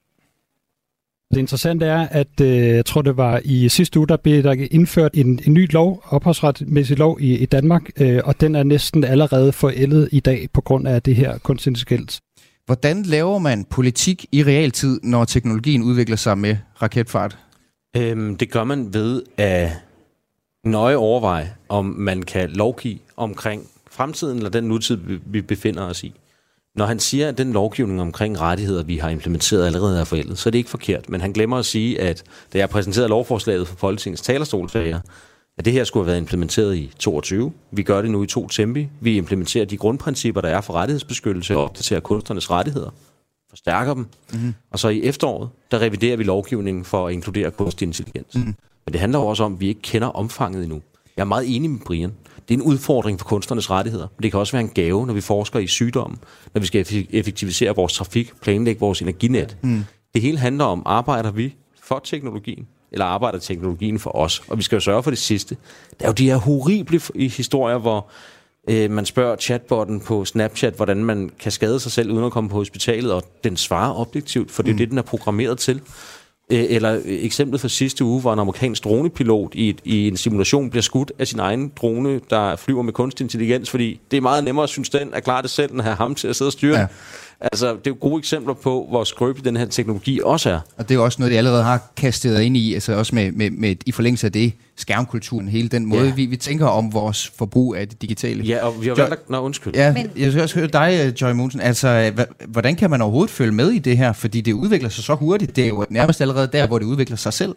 Det interessante er, at jeg tror, det var i sidste uge, der blev der indført en ny lov, ophavsretmæssig lov i Danmark, og den er næsten allerede forældet i dag på grund af det her kunstig intelligens. Hvordan laver man politik i realtid, når teknologien udvikler sig med raketfart? Det gør man ved at nøje overveje, om man kan lovgive omkring fremtiden eller den nutid, vi befinder os i. Når han siger, at den lovgivning omkring rettigheder, vi har implementeret allerede er forældet, så er det ikke forkert. Men han glemmer at sige, at da jeg præsenterede lovforslaget for Folketingets talerstol, sagde jeg, at det her skulle have været implementeret i 22. Vi gør det nu i 2 tempi. Vi implementerer de grundprincipper, der er for rettighedsbeskyttelse og opdaterer kunstnernes rettigheder. Forstærker dem. Mm-hmm. Og så i efteråret, der reviderer vi lovgivningen for at inkludere kunstig intelligens. Mm-hmm. Men det handler jo også om, at vi ikke kender omfanget endnu. Jeg er meget enig med Brian. Det er en udfordring for kunstnernes rettigheder. Men det kan også være en gave, når vi forsker i sygdommen, når vi skal effektivisere vores trafik, planlægge vores energinet. Mm. Det hele handler om, arbejder vi for teknologien, eller arbejder teknologien for os? Og vi skal jo sørge for det sidste. Der er jo de her horrible historier, hvor man spørger chatbotten på Snapchat, hvordan man kan skade sig selv uden at komme på hospitalet, og den svarer objektivt, for det er det, den er programmeret til. Eller eksemplet fra sidste uge, hvor en amerikansk dronepilot i en simulation bliver skudt af sin egen drone, der flyver med kunstig intelligens, fordi det er meget nemmere at synes, den er klar det selv, end at have ham til at sidde og styre. Ja. Altså, det er jo gode eksempler på, hvor skrøbelig den her teknologi også er. Og det er også noget, de allerede har kastet ind i, altså også med i forlængelse af det, skærmkulturen, hele den måde, vi tænker om vores forbrug af det digitale. Ja, og vi har valgt at... undskyld. Ja, jeg skal også høre dig, Joy Mogensen. Altså, hvordan kan man overhovedet følge med i det her? Fordi det udvikler sig så hurtigt. Det er jo nærmest allerede der, hvor det udvikler sig selv.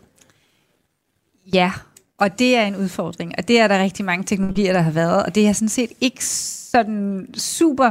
Ja, og det er en udfordring. Og det er der rigtig mange teknologier, der har været. Og det er sådan set ikke sådan super...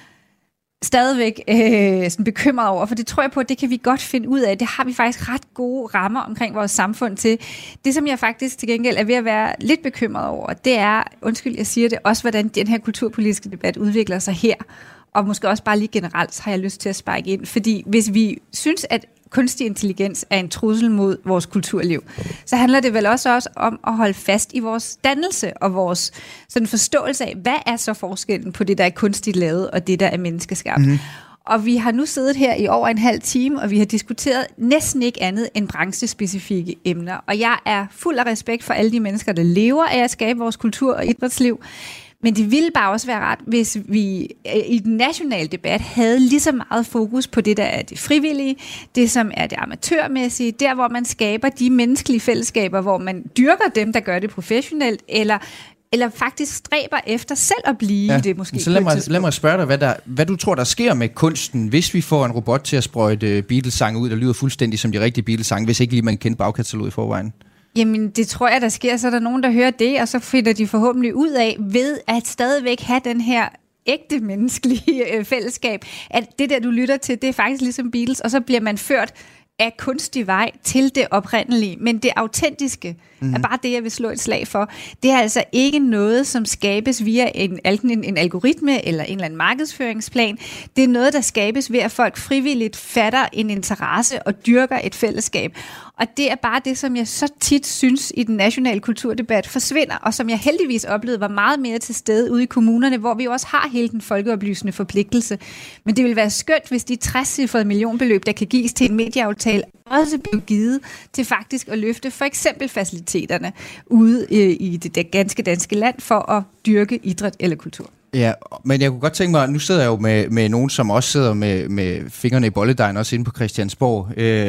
stadigvæk sådan bekymret over, for det tror jeg på, at det kan vi godt finde ud af. Det har vi faktisk ret gode rammer omkring vores samfund til. Det, som jeg faktisk til gengæld er ved at være lidt bekymret over, det er, undskyld, jeg siger det, også hvordan den her kulturpolitiske debat udvikler sig her, og måske også bare lige generelt, har jeg lyst til at sparke ind. Fordi hvis vi synes, at kunstig intelligens er en trussel mod vores kulturliv, så handler det vel også om at holde fast i vores dannelse og vores sådan forståelse af, hvad er så forskellen på det, der er kunstigt lavet, og det, der er menneskeskabt. Mm-hmm. Og vi har nu siddet her i over en halv time, og vi har diskuteret næsten ikke andet end branchespecifikke emner. Og jeg er fuld af respekt for alle de mennesker, der lever af at skabe vores kultur- og idrætsliv. Men det ville bare også være ret, hvis vi i den nationale debat havde lige så meget fokus på det, der er det frivillige, det som er det amatørmæssige, der hvor man skaber de menneskelige fællesskaber, hvor man dyrker dem, der gør det professionelt, eller faktisk stræber efter selv at blive det måske. Så lad mig spørge dig, hvad du tror, der sker med kunsten, hvis vi får en robot til at sprøjte Beatles-sange ud, der lyder fuldstændig som de rigtige Beatles-sange, hvis ikke lige man kender bagkataloget i forvejen? Jamen, det tror jeg, der sker. Så er der nogen, der hører det, og så finder de forhåbentlig ud af, ved at stadigvæk have den her ægte menneskelige fællesskab, at det der, du lytter til, det er faktisk ligesom Beatles, og så bliver man ført af kunstig vej til det oprindelige. Men det autentiske er bare det, jeg vil slå et slag for. Det er altså ikke noget, som skabes via en algoritme eller en eller anden markedsføringsplan. Det er noget, der skabes ved, at folk frivilligt fatter en interesse og dyrker et fællesskab. Og det er bare det, som jeg så tit synes i den nationale kulturdebat forsvinder, og som jeg heldigvis oplevede var meget mere til stede ude i kommunerne, hvor vi jo også har hele den folkeoplysende forpligtelse. Men det vil være skønt, hvis de 60-cifrede millionbeløb, der kan gives til en medieaftale, også blev givet til faktisk at løfte for eksempel faciliteterne ude i det ganske danske land for at dyrke idræt eller kultur. Ja, men jeg kunne godt tænke mig, nu sidder jeg jo med nogen, som også sidder med fingrene i bolledejen, også inde på Christiansborg.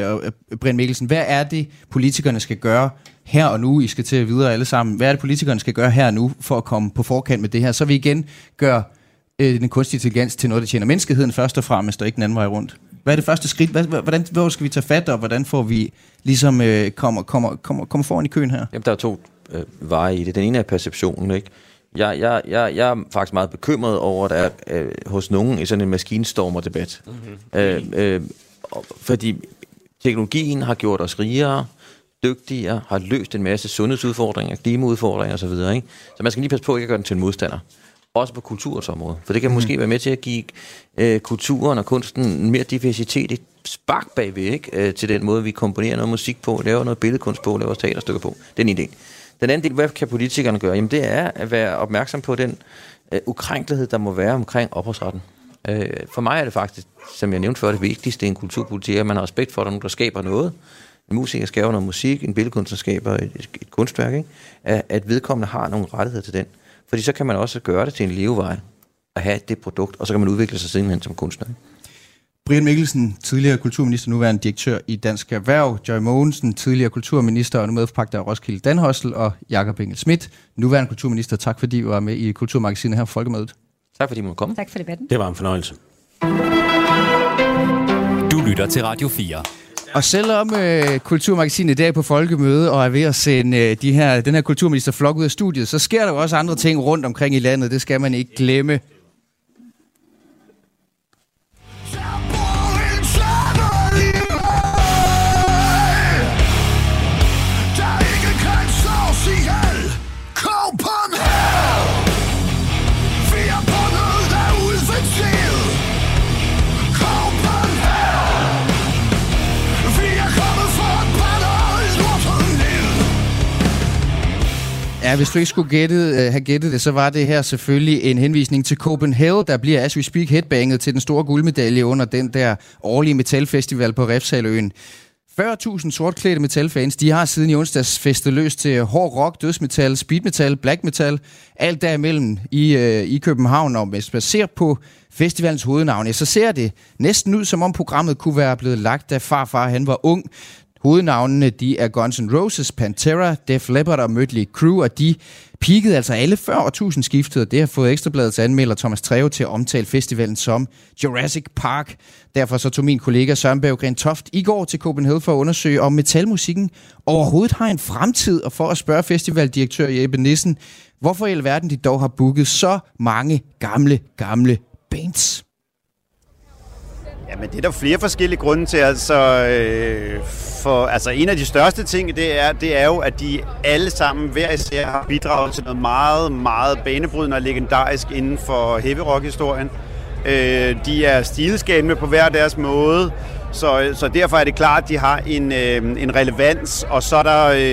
Brian Mikkelsen, hvad er det, politikerne skal gøre her og nu? I skal til videre alle sammen. Hvad er det, politikerne skal gøre her og nu for at komme på forkant med det her? Så vi igen gør den kunstige intelligens til noget, der tjener menneskeheden først og fremmest, og ikke den anden vej rundt. Hvad er det første skridt? Hvor skal vi tage fat, og hvordan får vi ligesom kommer foran i køen her? Jamen, der er 2 veje i det. Den ene er perceptionen, ikke? Jeg er faktisk meget bekymret over, at der er hos nogen i sådan en maskinstormer-debat. Fordi teknologien har gjort os rigere, dygtigere, har løst en masse sundhedsudfordringer, klimaudfordringer osv. Så man skal lige passe på ikke at gøre den til en modstander. Også på kulturens område. For det kan måske være med til at give kulturen og kunsten mere diversitet, et spark bagved, ikke? Til den måde, vi komponerer noget musik på, laver noget billedkunst på, laver teaterstykker på. Det er en idé. Den anden del, hvad kan politikerne gøre? Jamen det er at være opmærksom på den ukrænkelighed, der må være omkring ophavsretten. For mig er det faktisk, som jeg nævnte før, det vigtigste i en kulturpolitik, at man har respekt for dem, der skaber noget. En musiker skaber noget musik, en billedkunstner skaber et kunstværk, ikke? At vedkommende har nogle rettigheder til den. Fordi så kan man også gøre det til en levevej at have det produkt, og så kan man udvikle sig sidenhen som kunstner. Brian Mikkelsen, tidligere kulturminister, nuværende direktør i Dansk Erhverv. Joy Mogensen, tidligere kulturminister og nu medforpagter af Roskilde Danhostel. Og Jakob Engel-Schmidt, nuværende kulturminister. Tak fordi I var med i Kulturmagasinet her på Folkemødet. Tak fordi I måtte komme. Tak for debatten. Det var en fornøjelse. Du lytter til Radio 4. Og selvom Kulturmagasinet i dag på Folkemøde og er ved at sende den her kulturministerflok ud af studiet, så sker der jo også andre ting rundt omkring i landet. Det skal man ikke glemme. Ja, hvis du ikke skulle have gættet det, så var det her selvfølgelig en henvisning til Copenhagen, der bliver as we speak headbanget til den store guldmedalje under den der årlige metalfestival på Refshaleøen. 40.000 sortklædte metalfans, de har siden i onsdags festet løs til hård rock, dødsmetal, speedmetal, black metal, alt derimellem i København. Og hvis man ser på festivalens hovednavn, så ser det næsten ud, som om programmet kunne være blevet lagt, da farfar han var ung. Hovednavnene, de er Guns N' Roses, Pantera, Def Leppard og Mötley Crüe, og de peakede altså alle før årtusindskiftet, og det har fået Ekstrabladets anmelder Thomas Treve til at omtale festivalen som Jurassic Park. Derfor så tog min kollega Søren Berggren Toft i går til Copenhagen for at undersøge, om metalmusikken overhovedet har en fremtid, og for at spørge festivaldirektør Jeppe Nissen, hvorfor i alverden de dog har booket så mange gamle bands. Jamen, det er der flere forskellige grunde til. Altså, en af de største ting, det er jo, at de alle sammen hver især har bidraget til noget meget, meget banebrydende og legendarisk inden for heavy rock-historien. De er stilskabende på hver deres måde, så derfor er det klart, at de har en relevans, og så er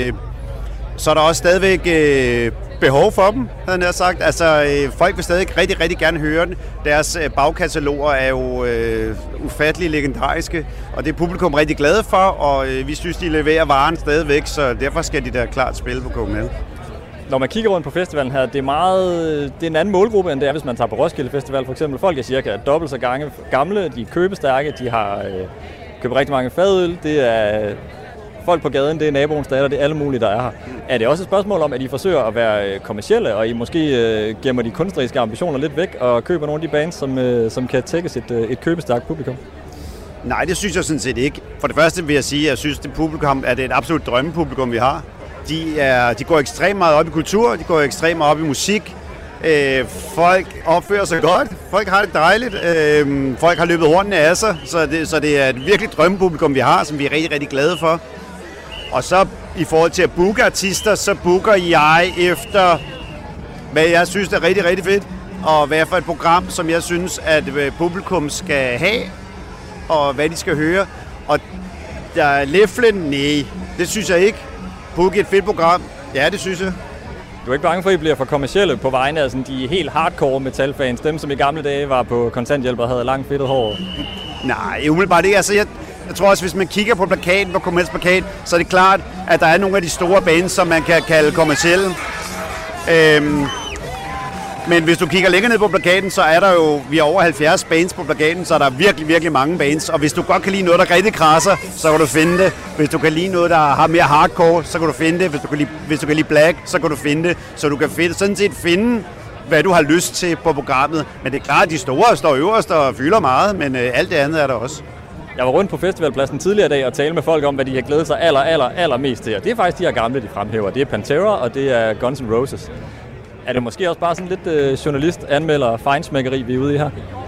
der også stadigvæk behov for dem, havde jeg sagt. Altså, folk vil stadig rigtig, rigtig gerne høre den. Deres bagkataloger er jo ufattelig legendariske, og det er publikum rigtig glade for, og vi synes, de leverer varen stadigvæk, så derfor skal de da klart spille på Copenhagen. Når man kigger rundt på festivalen her, det er en anden målgruppe, end det er, hvis man tager på Roskilde Festival for eksempel. Folk er cirka dobbelt så gamle, de er købestærke, de har købt rigtig mange fadøl, det er folk på gaden, det er naboens datter, det er alle mulige, der er her. Er det også et spørgsmål om, at I forsøger at være kommercielle, og I måske gemmer de kunstneriske ambitioner lidt væk, og køber nogle af de bands, som kan tækkes et købestærkt publikum? Nej, det synes jeg sådan set ikke. For det første vil jeg sige, at jeg synes, det publikum er det et absolut drømmepublikum, vi har. De går ekstremt meget op i kultur, de går ekstremt meget op i musik. Folk opfører sig godt, folk har det dejligt, folk har løbet hornene af sig, så det er et virkelig drømmepublikum, vi har, som vi er rigtig, rigtig glade for. Og så i forhold til at booke artister, så booker jeg efter, hvad jeg synes er rigtig, rigtig fedt, og hvad for et program, som jeg synes, at publikum skal have, og hvad de skal høre. Og der er læflen, nej, det synes jeg ikke. Booke et fedt program, ja, det synes jeg. Du er ikke bange for, at I bliver for kommercielle på vegne af sådan de helt hardcore metalfans, dem som i gamle dage var på kontanthjælp og havde langt fedtet hår? Nej, umiddelbart ikke. Altså, jeg tror også, hvis man kigger på plakaten, på Copenhagens plakat, så er det klart, at der er nogle af de store bands, som man kan kalde kommercielle. Men hvis du kigger længere ned på plakaten, så er der jo, vi er over 70 bands på plakaten, så er der virkelig, virkelig mange bands. Og hvis du godt kan lide noget, der rigtig krasser, så kan du finde det. Hvis du kan lide noget, der har mere hardcore, så kan du finde det. Hvis du kan lide black, så kan du finde det. Så du kan sådan set finde, hvad du har lyst til på programmet. Men det er klart, at de store står øverst og fylder meget, men alt det andet er der også. Jeg var rundt på festivalpladsen tidligere i dag og talte med folk om, hvad de har glædet sig allermest til. Og det er faktisk de her gamle, de fremhæver. Det er Pantera, og det er Guns N' Roses. Er det måske også bare sådan lidt journalist-anmelder fejnsmækkeri, vi er ude i her?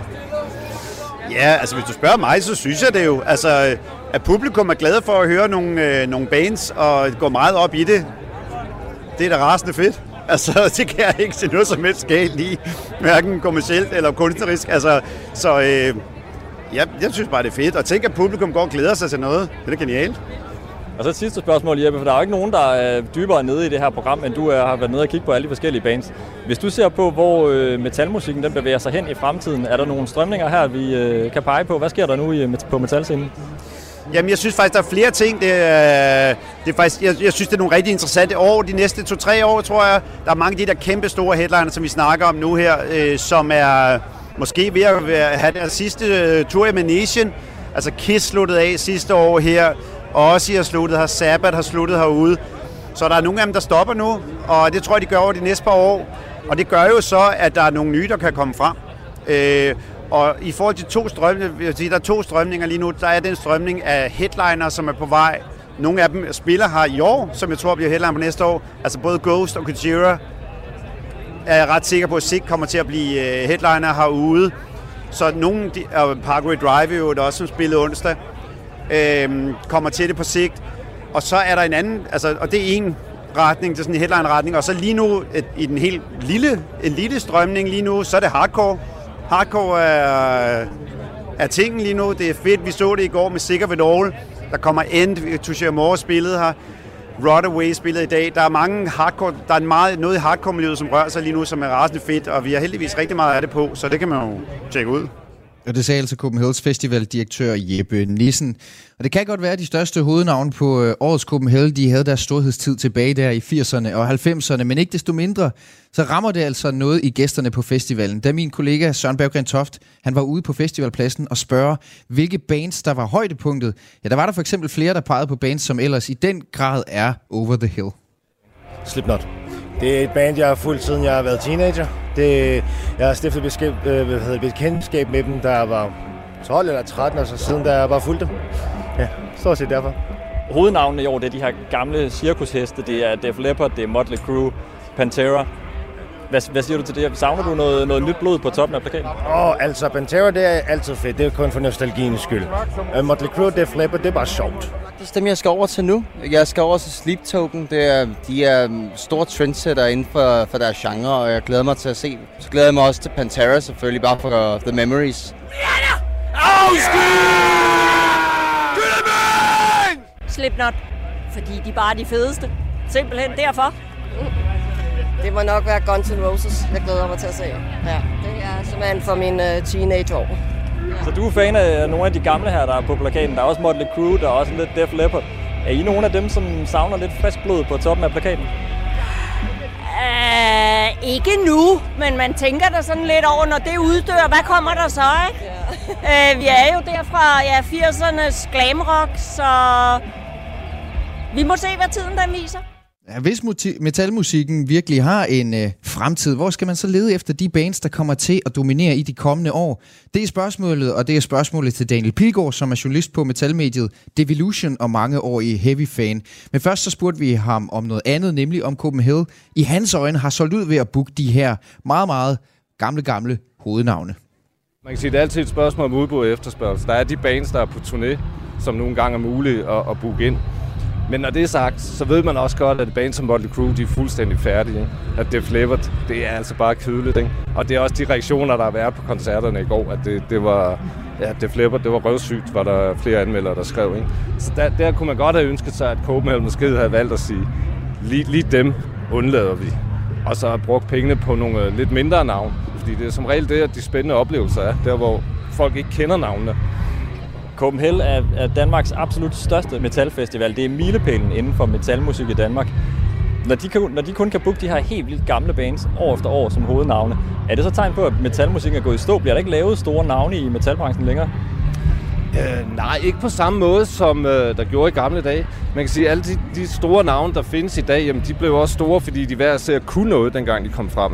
Ja, altså hvis du spørger mig, så synes jeg det jo. Altså, at publikum er glade for at høre nogle bands og går meget op i det, det er da rasende fedt. Altså, det kan jeg ikke se noget som helst galt i, hverken kommercielt eller kunstnerisk. Altså, så jeg synes bare, det er fedt. Og tænk, at publikum går og glæder sig til noget. Det er genialt. Og så et sidste spørgsmål, Jeppe, for der er jo ikke nogen, der er dybere nede i det her program, end du har været nede og kigge på alle de forskellige bands. Hvis du ser på, hvor metalmusikken den bevæger sig hen i fremtiden, er der nogle strømninger her, vi kan pege på? Hvad sker der nu på metalscenen? Jamen, jeg synes faktisk, der er flere ting. Det er faktisk, jeg synes, det er nogle rigtig interessante år. De næste 2-3 år, tror jeg. Der er mange af de der kæmpe store headliner, som vi snakker om nu her, som er måske ved at have deres sidste tur i Nation. Altså Kiss sluttede af sidste år her. Ozzy har sluttet her, Sabbath har sluttet herude. Så der er nogle af dem, der stopper nu, og det tror jeg, de gør over de næste par år. Og det gør jo så, at der er nogle nye, der kan komme frem. Og i forhold til der er to strømninger lige nu. Der er den strømning af headliner, som er på vej. Nogle af dem spiller her i år, som jeg tror bliver headliner på næste år. Altså både Ghost og Gojira er jeg ret sikker på, at Sick kommer til at blive headliner herude. Så nogle af Parkway Drive jo også, som spillede onsdag, kommer til det på sigt. Og så er der en anden, altså, og det er en retning, det er sådan en headline-retning, og så lige nu, i den helt lille strømning lige nu, så er det hardcore. Hardcore er tingen lige nu, det er fedt, vi så det i går med Sick of It All, der kommer End, Touché Amore spillede her, Rodaway spillede i dag, der er mange hardcore, der er noget i hardcore-miljøet, som rører sig lige nu, som er rasende fedt, og vi har heldigvis rigtig meget af det på, så det kan man jo tjekke ud. Og det sagde altså Copenhagen's Festivaldirektør Jeppe Nissen. Og det kan godt være, at de største hovednavne på årets Copenhagen, de havde deres storhedstid tilbage der i 80'erne og 90'erne, men ikke desto mindre, så rammer det altså noget i gæsterne på festivalen. Da min kollega Søren Berggren Toft, han var ude på festivalpladsen og spørge, hvilke bands der var højdepunktet. Ja, der var der for eksempel flere, der pegede på bands, som ellers i den grad er over the hill. Slipknot. Det er et band, jeg har fulgt siden jeg har været teenager. Jeg har stiftet bekendtskab med dem, da jeg var 12 eller 13, og så siden da jeg bare fulgte dem. Ja, stort set derfor. Hovednavnene i år, det er de her gamle cirkusheste. Det er Def Leppard, det er Motley Crue, Pantera. Hvad siger du til det? Savner du noget nyt blod på toppen af plakaten? Altså Pantera, det er altid fedt. Det er kun for nostalgiens skyld. Motley Crue, Def Leppard, det er bare sjovt. Det er dem, jeg skal over til nu. Jeg skal over til Sleep Token. De er store trendsetter inden for deres genre, og jeg glæder mig til at se. Så glæder jeg mig også til Pantera selvfølgelig, bare for The Memories. Slipknot, fordi de bare er de fedeste. Simpelthen derfor. Det må nok være Guns N' Roses, jeg glæder mig til at se. Ja, det er simpelthen for mine teenageår. Så du er fan af nogle af de gamle her, der er på plakaten. Der er også Motley Crue, der er også lidt Def Leppard. Er I nogle af dem, som savner lidt frisk blod på toppen af plakaten? Ikke nu, men man tænker der sådan lidt over, når det uddør, hvad kommer der så, ikke? Ja. Vi er jo der fra 80'ernes glamrock, så vi må se, hvad tiden den viser. Ja, hvis metalmusikken virkelig har en fremtid, hvor skal man så lede efter de bands, der kommer til at dominere i de kommende år? Det er spørgsmålet, og det er spørgsmålet til Daniel Pilgaard, som er journalist på metalmediet Devolution og mangeårig heavy fan. Men først så spurgte vi ham om noget andet, nemlig om Copenhagen i hans øjne har solgt ud ved at booke de her meget, meget gamle hovednavne. Man kan sige, at det er altid et spørgsmål om udbud og efterspørgsel. Der er de bands, der er på turné, som nogle gange er mulige at booke ind. Men når det er sagt, så ved man også godt, at band som Motley Crue, de er fuldstændig færdige. Ikke? At Def Leppard, det er altså bare kedeligt. Ikke? Og det er også de reaktioner, der har været på koncerterne i går, at det var, ja, Def Leppard, det var røvsygt, var der flere anmeldere, der skrev. Ikke? Så der kunne man godt have ønsket sig, at Copenhagen måske havde valgt at sige, lige dem undlader vi. Og så har brugt pengene på nogle lidt mindre navn. Fordi det er som regel det, at de spændende oplevelser er, der hvor folk ikke kender navnene. Copenhagen er Danmarks absolut største metalfestival. Det er milepælen inden for metalmusik i Danmark. Når de kun kan booke de her helt vildt gamle bands år efter år som hovednavne, er det så tegn på, at metalmusikken er gået i stå? Bliver der ikke lavet store navne i metalbranchen længere? Nej, ikke på samme måde, som der gjorde i gamle dage. Man kan sige, at alle de store navne, der findes i dag, jamen, de blev også store, fordi de hver ser kunne noget, dengang de kom frem. Ikke?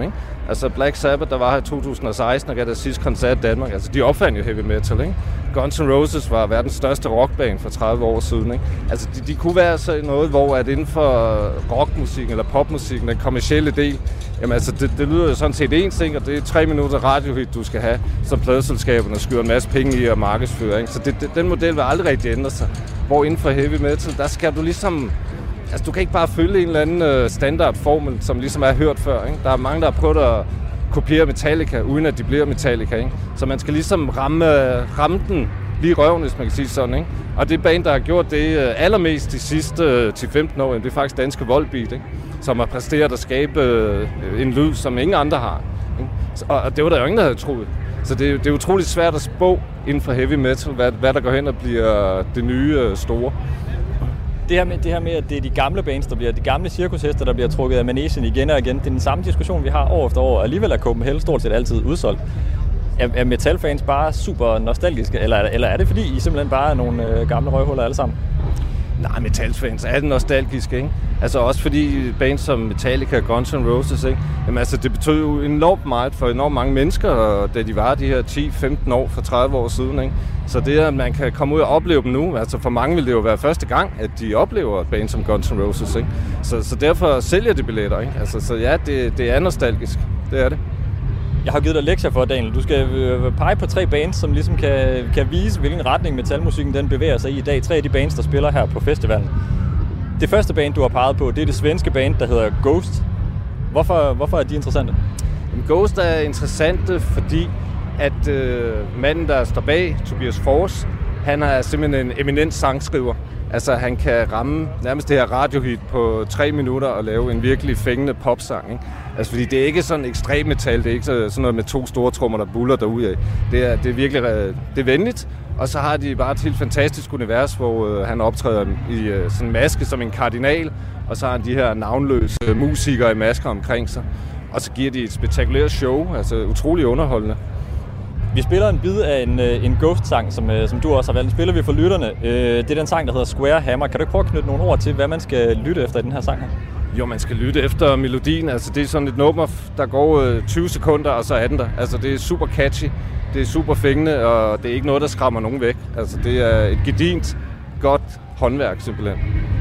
Altså Black Sabbath, der var her i 2016 og gav deres sidste koncert i Danmark. Altså de opfandt jo heavy metal, ikke? Guns N' Roses var verdens største rockband for 30 år siden, ikke? Altså de kunne være sådan noget, hvor at inden for rockmusikken eller popmusikken, den kommercielle del, jamen altså det lyder jo sådan set én ting, og det er 3 minutter radiohit, du skal have, som pladeselskaberne skyder en masse penge i og markedsfører, ikke? Så den model vil aldrig rigtig ændre sig. Hvor inden for heavy metal, der skal du ligesom... Altså, du kan ikke bare følge en eller anden standardformel, som ligesom er hørt før, ikke? Der er mange, der har prøvet at kopiere Metallica, uden at de bliver Metallica, ikke? Så man skal ligesom ramme den lige i røven, hvis man kan sige sådan, ikke? Og det band, der har gjort det allermest de sidste 10-15 år, det er faktisk danske Volbeat, ikke? Som har præsteret at skabe en lyd, som ingen andre har, ikke? Og det var der jo ingen, der havde troet. Så det er utroligt svært at spå inden for heavy metal, hvad der går hen og bliver det nye store. Det her med, at det er de gamle bands, der bliver de gamle cirkushester, der bliver trukket af manegen igen og igen. Det er den samme diskussion, vi har år efter år. Alligevel er Copenhagen stort set altid udsolgt. Er metalfans bare super nostalgiske, eller er det fordi I simpelthen bare er nogle gamle røvhuller alle sammen? Nej, metalfans er det nostalgiske, ikke? Altså også fordi bands som Metallica og Guns N' Roses, ikke? Jamen altså, det betød jo enormt meget for enormt mange mennesker, da de var de her 10-15 år for 30 år siden, ikke? Så det, at man kan komme ud og opleve dem nu, altså for mange vil det jo være første gang, at de oplever bands som Guns N' Roses, ikke? Så derfor sælger de billetter, ikke? Altså, så ja, det er nostalgisk. Det er det. Jeg har givet dig lektier for, Daniel. Du skal pege på 3 bands, som ligesom kan vise, hvilken retning metalmusikken den bevæger sig i dag. 3 af de bands, der spiller her på festivalen. Det første band, du har peget på, det er det svenske band, der hedder Ghost. Hvorfor er de interessante? Ghost er interessante, fordi at manden, der står bag, Tobias Force, han er simpelthen en eminent sangskriver. Altså, han kan ramme nærmest det her radiohit på 3 minutter og lave en virkelig fængende popsang, ikke? Altså, fordi det er ikke sådan ekstrem metal, det er ikke sådan noget med 2 store trommer, der buller derudad. Det er virkelig det er venligt, og så har de bare et helt fantastisk univers, hvor han optræder i sådan en maske som en kardinal, og så har han de her navnløse musikere i masker omkring sig. Og så giver de et spektakulært show, altså utrolig underholdende. Vi spiller en bid af en Ghost-sang, som du også har valgt. Den spiller vi for lytterne. Det er den sang, der hedder Square Hammer. Kan du ikke prøve at knytte nogle ord til, hvad man skal lytte efter i den her sang her? Jo, man skal lytte efter melodien. Altså, det er sådan et nummer, der går 20 sekunder, og så er den der. Altså, det er super catchy, det er super fængende, og det er ikke noget, der skræmmer nogen væk. Altså, det er et gedint, godt håndværk, simpelthen.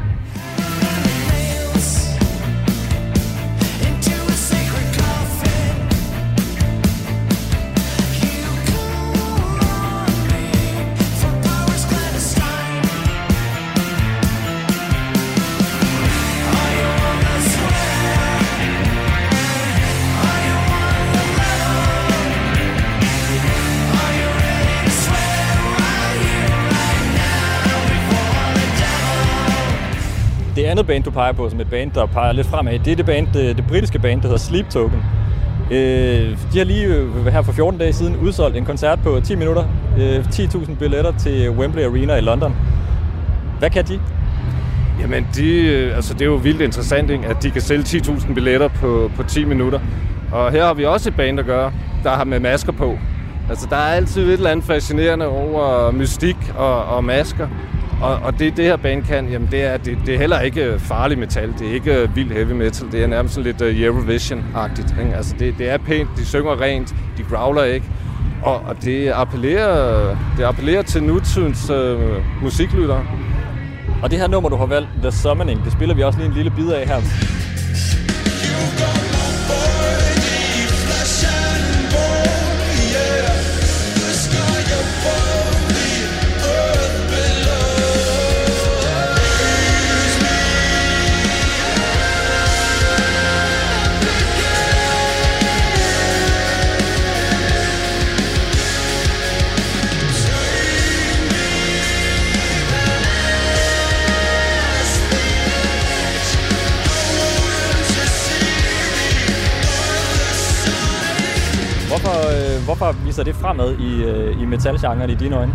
Det andet band, du peger på som et band, der peger lidt fremad, det er det britiske band, der hedder Sleep Token. De har lige her for 14 dage siden udsolgt en koncert på 10 minutter. 10.000 billetter til Wembley Arena i London. Hvad kan de? Jamen, det er jo vildt interessant, ikke? At de kan sælge 10.000 billetter på 10 minutter. Og her har vi også et band, der har med masker på. Altså, der er altid et eller andet fascinerende over mystik og masker. Og det her band kan, jamen det er heller ikke farlig metal, det er ikke vild heavy metal, det er nærmest sådan lidt Eurovision-agtigt, ikke? Altså det er pænt, de synger rent, de growler ikke, og det appellerer til nutidens musiklyttere. Og det her nummer, du har valgt, The Summoning, det spiller vi også lige en lille bid af her. Hvorfor viser det fremad i metalgenren i dine øjne?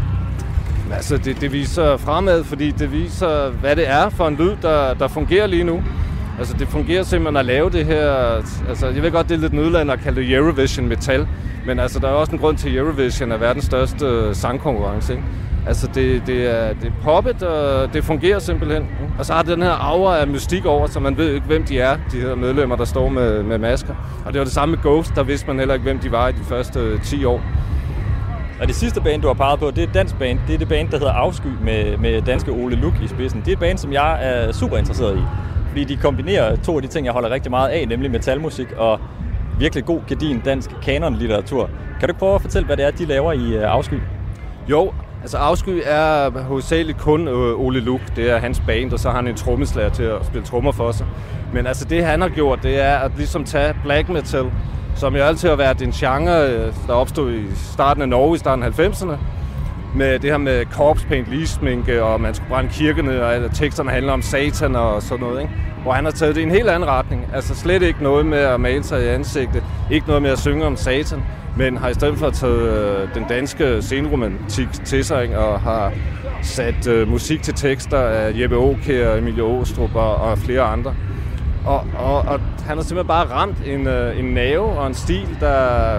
Altså, det viser fremad, fordi det viser, hvad det er for en lyd, der fungerer lige nu. Altså, det fungerer simpelthen at lave det her... Altså, jeg ved godt, det er lidt nødland at kalde det Eurovision metal, men altså, der er også en grund til, at Eurovision er verdens største sangkonkurrence, ikke? Altså, det er poppet, og det fungerer simpelthen. Og så har den her aura af mystik over, så man ved ikke, hvem de er, de her medlemmer, der står med masker. Og det var det samme med Ghost, der vidste man heller ikke, hvem de var i de første 10 år. Og det sidste band, du har peget på, det er et dansk band. Det er det band, der hedder Afsky med danske Ole Luck i spidsen. Det er et band, som jeg er super interesseret i. Fordi de kombinerer to af de ting, jeg holder rigtig meget af, nemlig metalmusik og virkelig god, gedigen dansk kanonlitteratur. Kan du ikke prøve at fortælle, hvad det er, de laver i Afsky? Jo, altså Afsky er hovedsageligt kun Ole Luck. Det er hans band, og så har han en trommeslager til at spille trommer for sig. Men altså det, han har gjort, det er at ligesom tage black metal, som jo altid har været en genre, der opstod i starten af Norge, i starten af 90'erne. Med det her med corpse paint, ligesminke, og man skulle brænde kirkerne, og teksterne handler om satan og sådan noget, ikke? Hvor han har taget det i en helt anden retning. Altså slet ikke noget med at male sig i ansigtet, ikke noget med at synge om satan, men har i stedet for taget den danske sceneromantik til sig, ikke? Og har sat musik til tekster af Jeppe Aakjær, Emilie Aastrup og flere andre. Og han har simpelthen bare ramt en nerve og en stil, der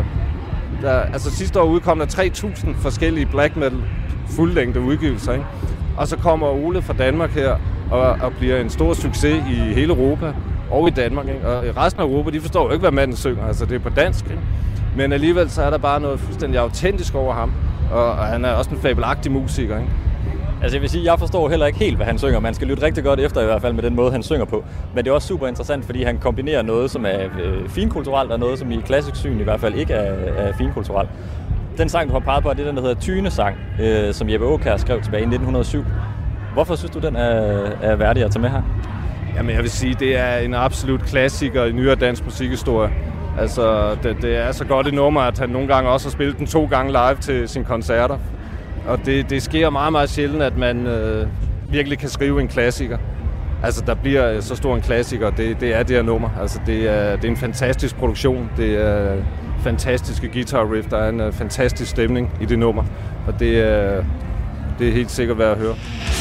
altså sidste år udkom der 3.000 forskellige black metal fuldlængde udgivelser, ikke? Og så kommer Ole fra Danmark her og bliver en stor succes i hele Europa og i Danmark, ikke? Og i resten af Europa, de forstår jo ikke, hvad manden synger, altså det er på dansk, ikke? Men alligevel så er der bare noget fuldstændig autentisk over ham, og han er også en fabelagtig musiker, ikke? Altså jeg vil sige, jeg forstår heller ikke helt, hvad han synger. Man skal lytte rigtig godt efter i hvert fald med den måde, han synger på. Men det er også super interessant, fordi han kombinerer noget, som er finkulturelt, og noget, som i klassisk syn i hvert fald ikke er finkulturelt. Den sang, du har peget på, er det, der hedder Tynesang, som Jeppe Aakjær skrev tilbage i 1907. Hvorfor synes du, den er værdig at tage med her? Jamen jeg vil sige, det er en absolut klassiker i nyere dansk musikhistorie. Altså det er så godt et nummer, at han nogle gange også har spillet den 2 gange live til sine koncerter. Og det sker meget, meget sjældent, at man virkelig kan skrive en klassiker. Altså, der bliver så stor en klassiker, det er det her nummer. Altså, det er en fantastisk produktion. Det er fantastiske guitar riff. Der er en fantastisk stemning i det nummer. Og det er helt sikkert værd at høre.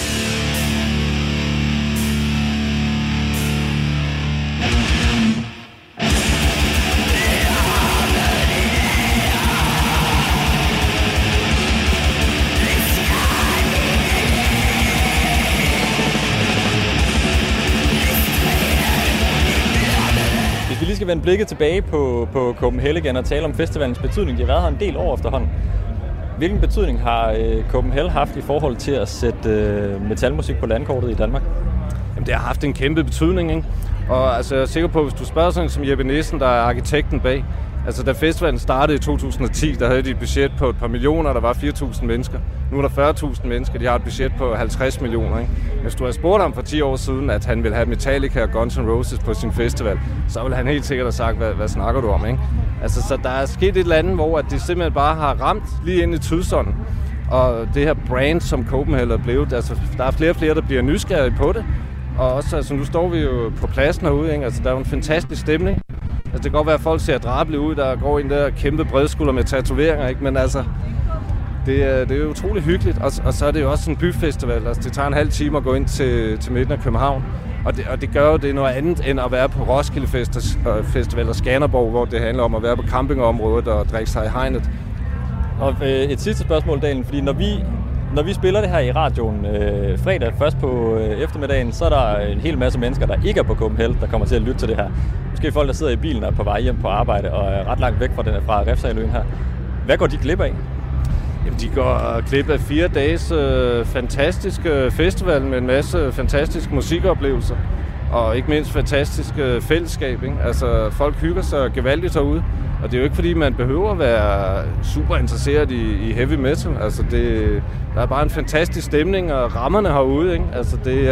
Vi skal vende blikket tilbage på Copenhagen og tale om festivalens betydning. De har været her en del år efterhånden. Hvilken betydning har Copenhagen haft i forhold til at sætte metalmusik på landkortet i Danmark? Jamen, det har haft en kæmpe betydning, ikke? Og altså, jeg er sikker på, hvis du spørger sådan som Jeppe Nissen, der er arkitekten bag. Altså, da festivalen startede i 2010, der havde de et budget på et par millioner, der var 4.000 mennesker. Nu er der 40.000 mennesker, de har et budget på 50 millioner, ikke? Hvis du havde spurgt ham for 10 år siden, at han ville have Metallica og Guns N' Roses på sin festival, så ville han helt sikkert have sagt, hvad snakker du om, ikke? Altså, så der er sket et eller andet, hvor at de simpelthen bare har ramt lige ind i tidsånden. Og det her brand, som Copenhagen er blevet, altså, der er flere og flere, der bliver nysgerrige på det. Og også, altså, nu står vi jo på pladsen herude, ikke? Altså, der er jo en fantastisk stemning. Altså, det kan godt være, at folk ser drabelige ud, der går ind der kæmpe bredskulder med tatoveringer, ikke? Men altså, det er jo utrolig hyggeligt. Og så er det jo også en byfestival. Altså, det tager en halv time at gå ind til midten af København. Og det gør jo det noget andet, end at være på Roskilde Festival og Skanderborg, hvor det handler om at være på campingområdet og drikke sig i hegnet. Og et sidste spørgsmål, Daniel, fordi når vi spiller det her i radioen fredag først på eftermiddagen, så er der en hel masse mennesker, der ikke er på Copenhagen, der kommer til at lytte til det her. Måske folk, der sidder i bilen og er på vej hjem på arbejde og er ret langt væk fra Refshaleøen her. Hvad går de glip af? Jamen, de går glip af 4 dages fantastisk festival med en masse fantastiske musikoplevelser. Og ikke mindst fantastisk fællesskab, ikke? Altså, folk hygger sig gevaldigt herude. Og det er jo ikke, fordi man behøver at være super interesseret i heavy metal. Altså, der er bare en fantastisk stemning, og rammerne herude, ikke? Altså, det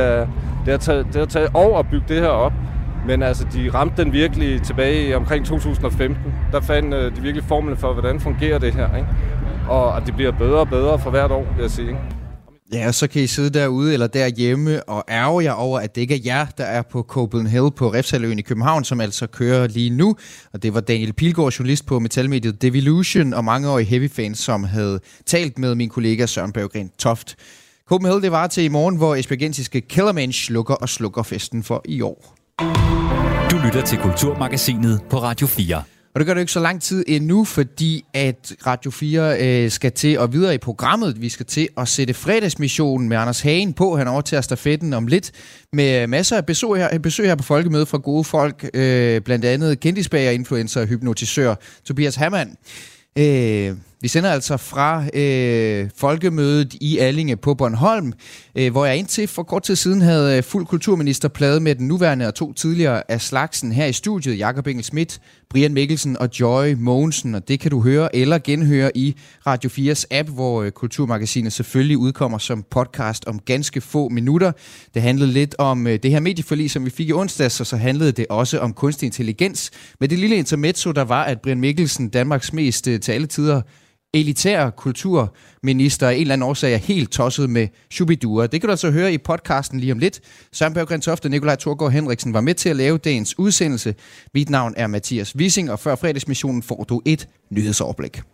har taget år at bygge det her op. Men altså, de ramte den virkelig tilbage omkring 2015. Der fandt de virkelig formlen for, hvordan fungerer det her, ikke? Og det bliver bedre og bedre for hvert år, vil jeg sige, ikke? Ja, og så kan I sidde derude eller derhjemme og ærge jer over, at det ikke er jer, der er på Copenhagen på Refshaleøen i København, som altså kører lige nu. Og det var Daniel Pilgaard, journalist på metalmediet Devilution og mangeårig heavy-fans, som havde talt med min kollega Søren Berggren Toft. Copenhagen, det var til i morgen, hvor esbjergensiske Kellermensch lukker festen for i år. Du lytter til Kulturmagasinet på Radio 4. Og det gør det ikke så lang tid endnu, fordi at Radio 4 skal til at videre i programmet. Vi skal til at sætte fredagsmissionen med Anders Hagen på. Han overtager stafetten om lidt med masser af besøg her på Folkemødet fra gode folk. Blandt andet kendisbager, influencer og hypnotisør Tobias Hamann. Vi sender altså fra Folkemødet i Allinge på Bornholm, hvor jeg indtil for kort tid siden havde fuld kulturministerplade med den nuværende og 2 tidligere af slagsen her i studiet, Jakob Engel-Schmidt, Brian Mikkelsen og Joy Mogensen, og det kan du høre eller genhøre i Radio 4's app, hvor Kulturmagasinet selvfølgelig udkommer som podcast om ganske få minutter. Det handlede lidt om det her medieforlig, som vi fik i onsdags, og så handlede det også om kunstig intelligens. Med det lille intermezzo, der var, at Brian Mikkelsen, Danmarks mest til alle tider elitær kulturminister, af en eller anden årsag er helt tosset med Shubidua. Det kan du altså høre i podcasten lige om lidt. Søren Berggren Toft og Nikolaj Thorgård Henriksen var med til at lave dagens udsendelse. Mit navn er Mathias Wissing, og før fredagsmissionen får du et nyhedsoverblik.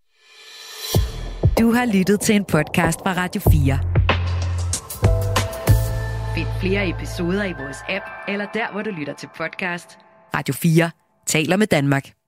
Du har lyttet til en podcast fra Radio 4. Find flere episoder i vores app, eller der, hvor du lytter til podcast. Radio 4 taler med Danmark.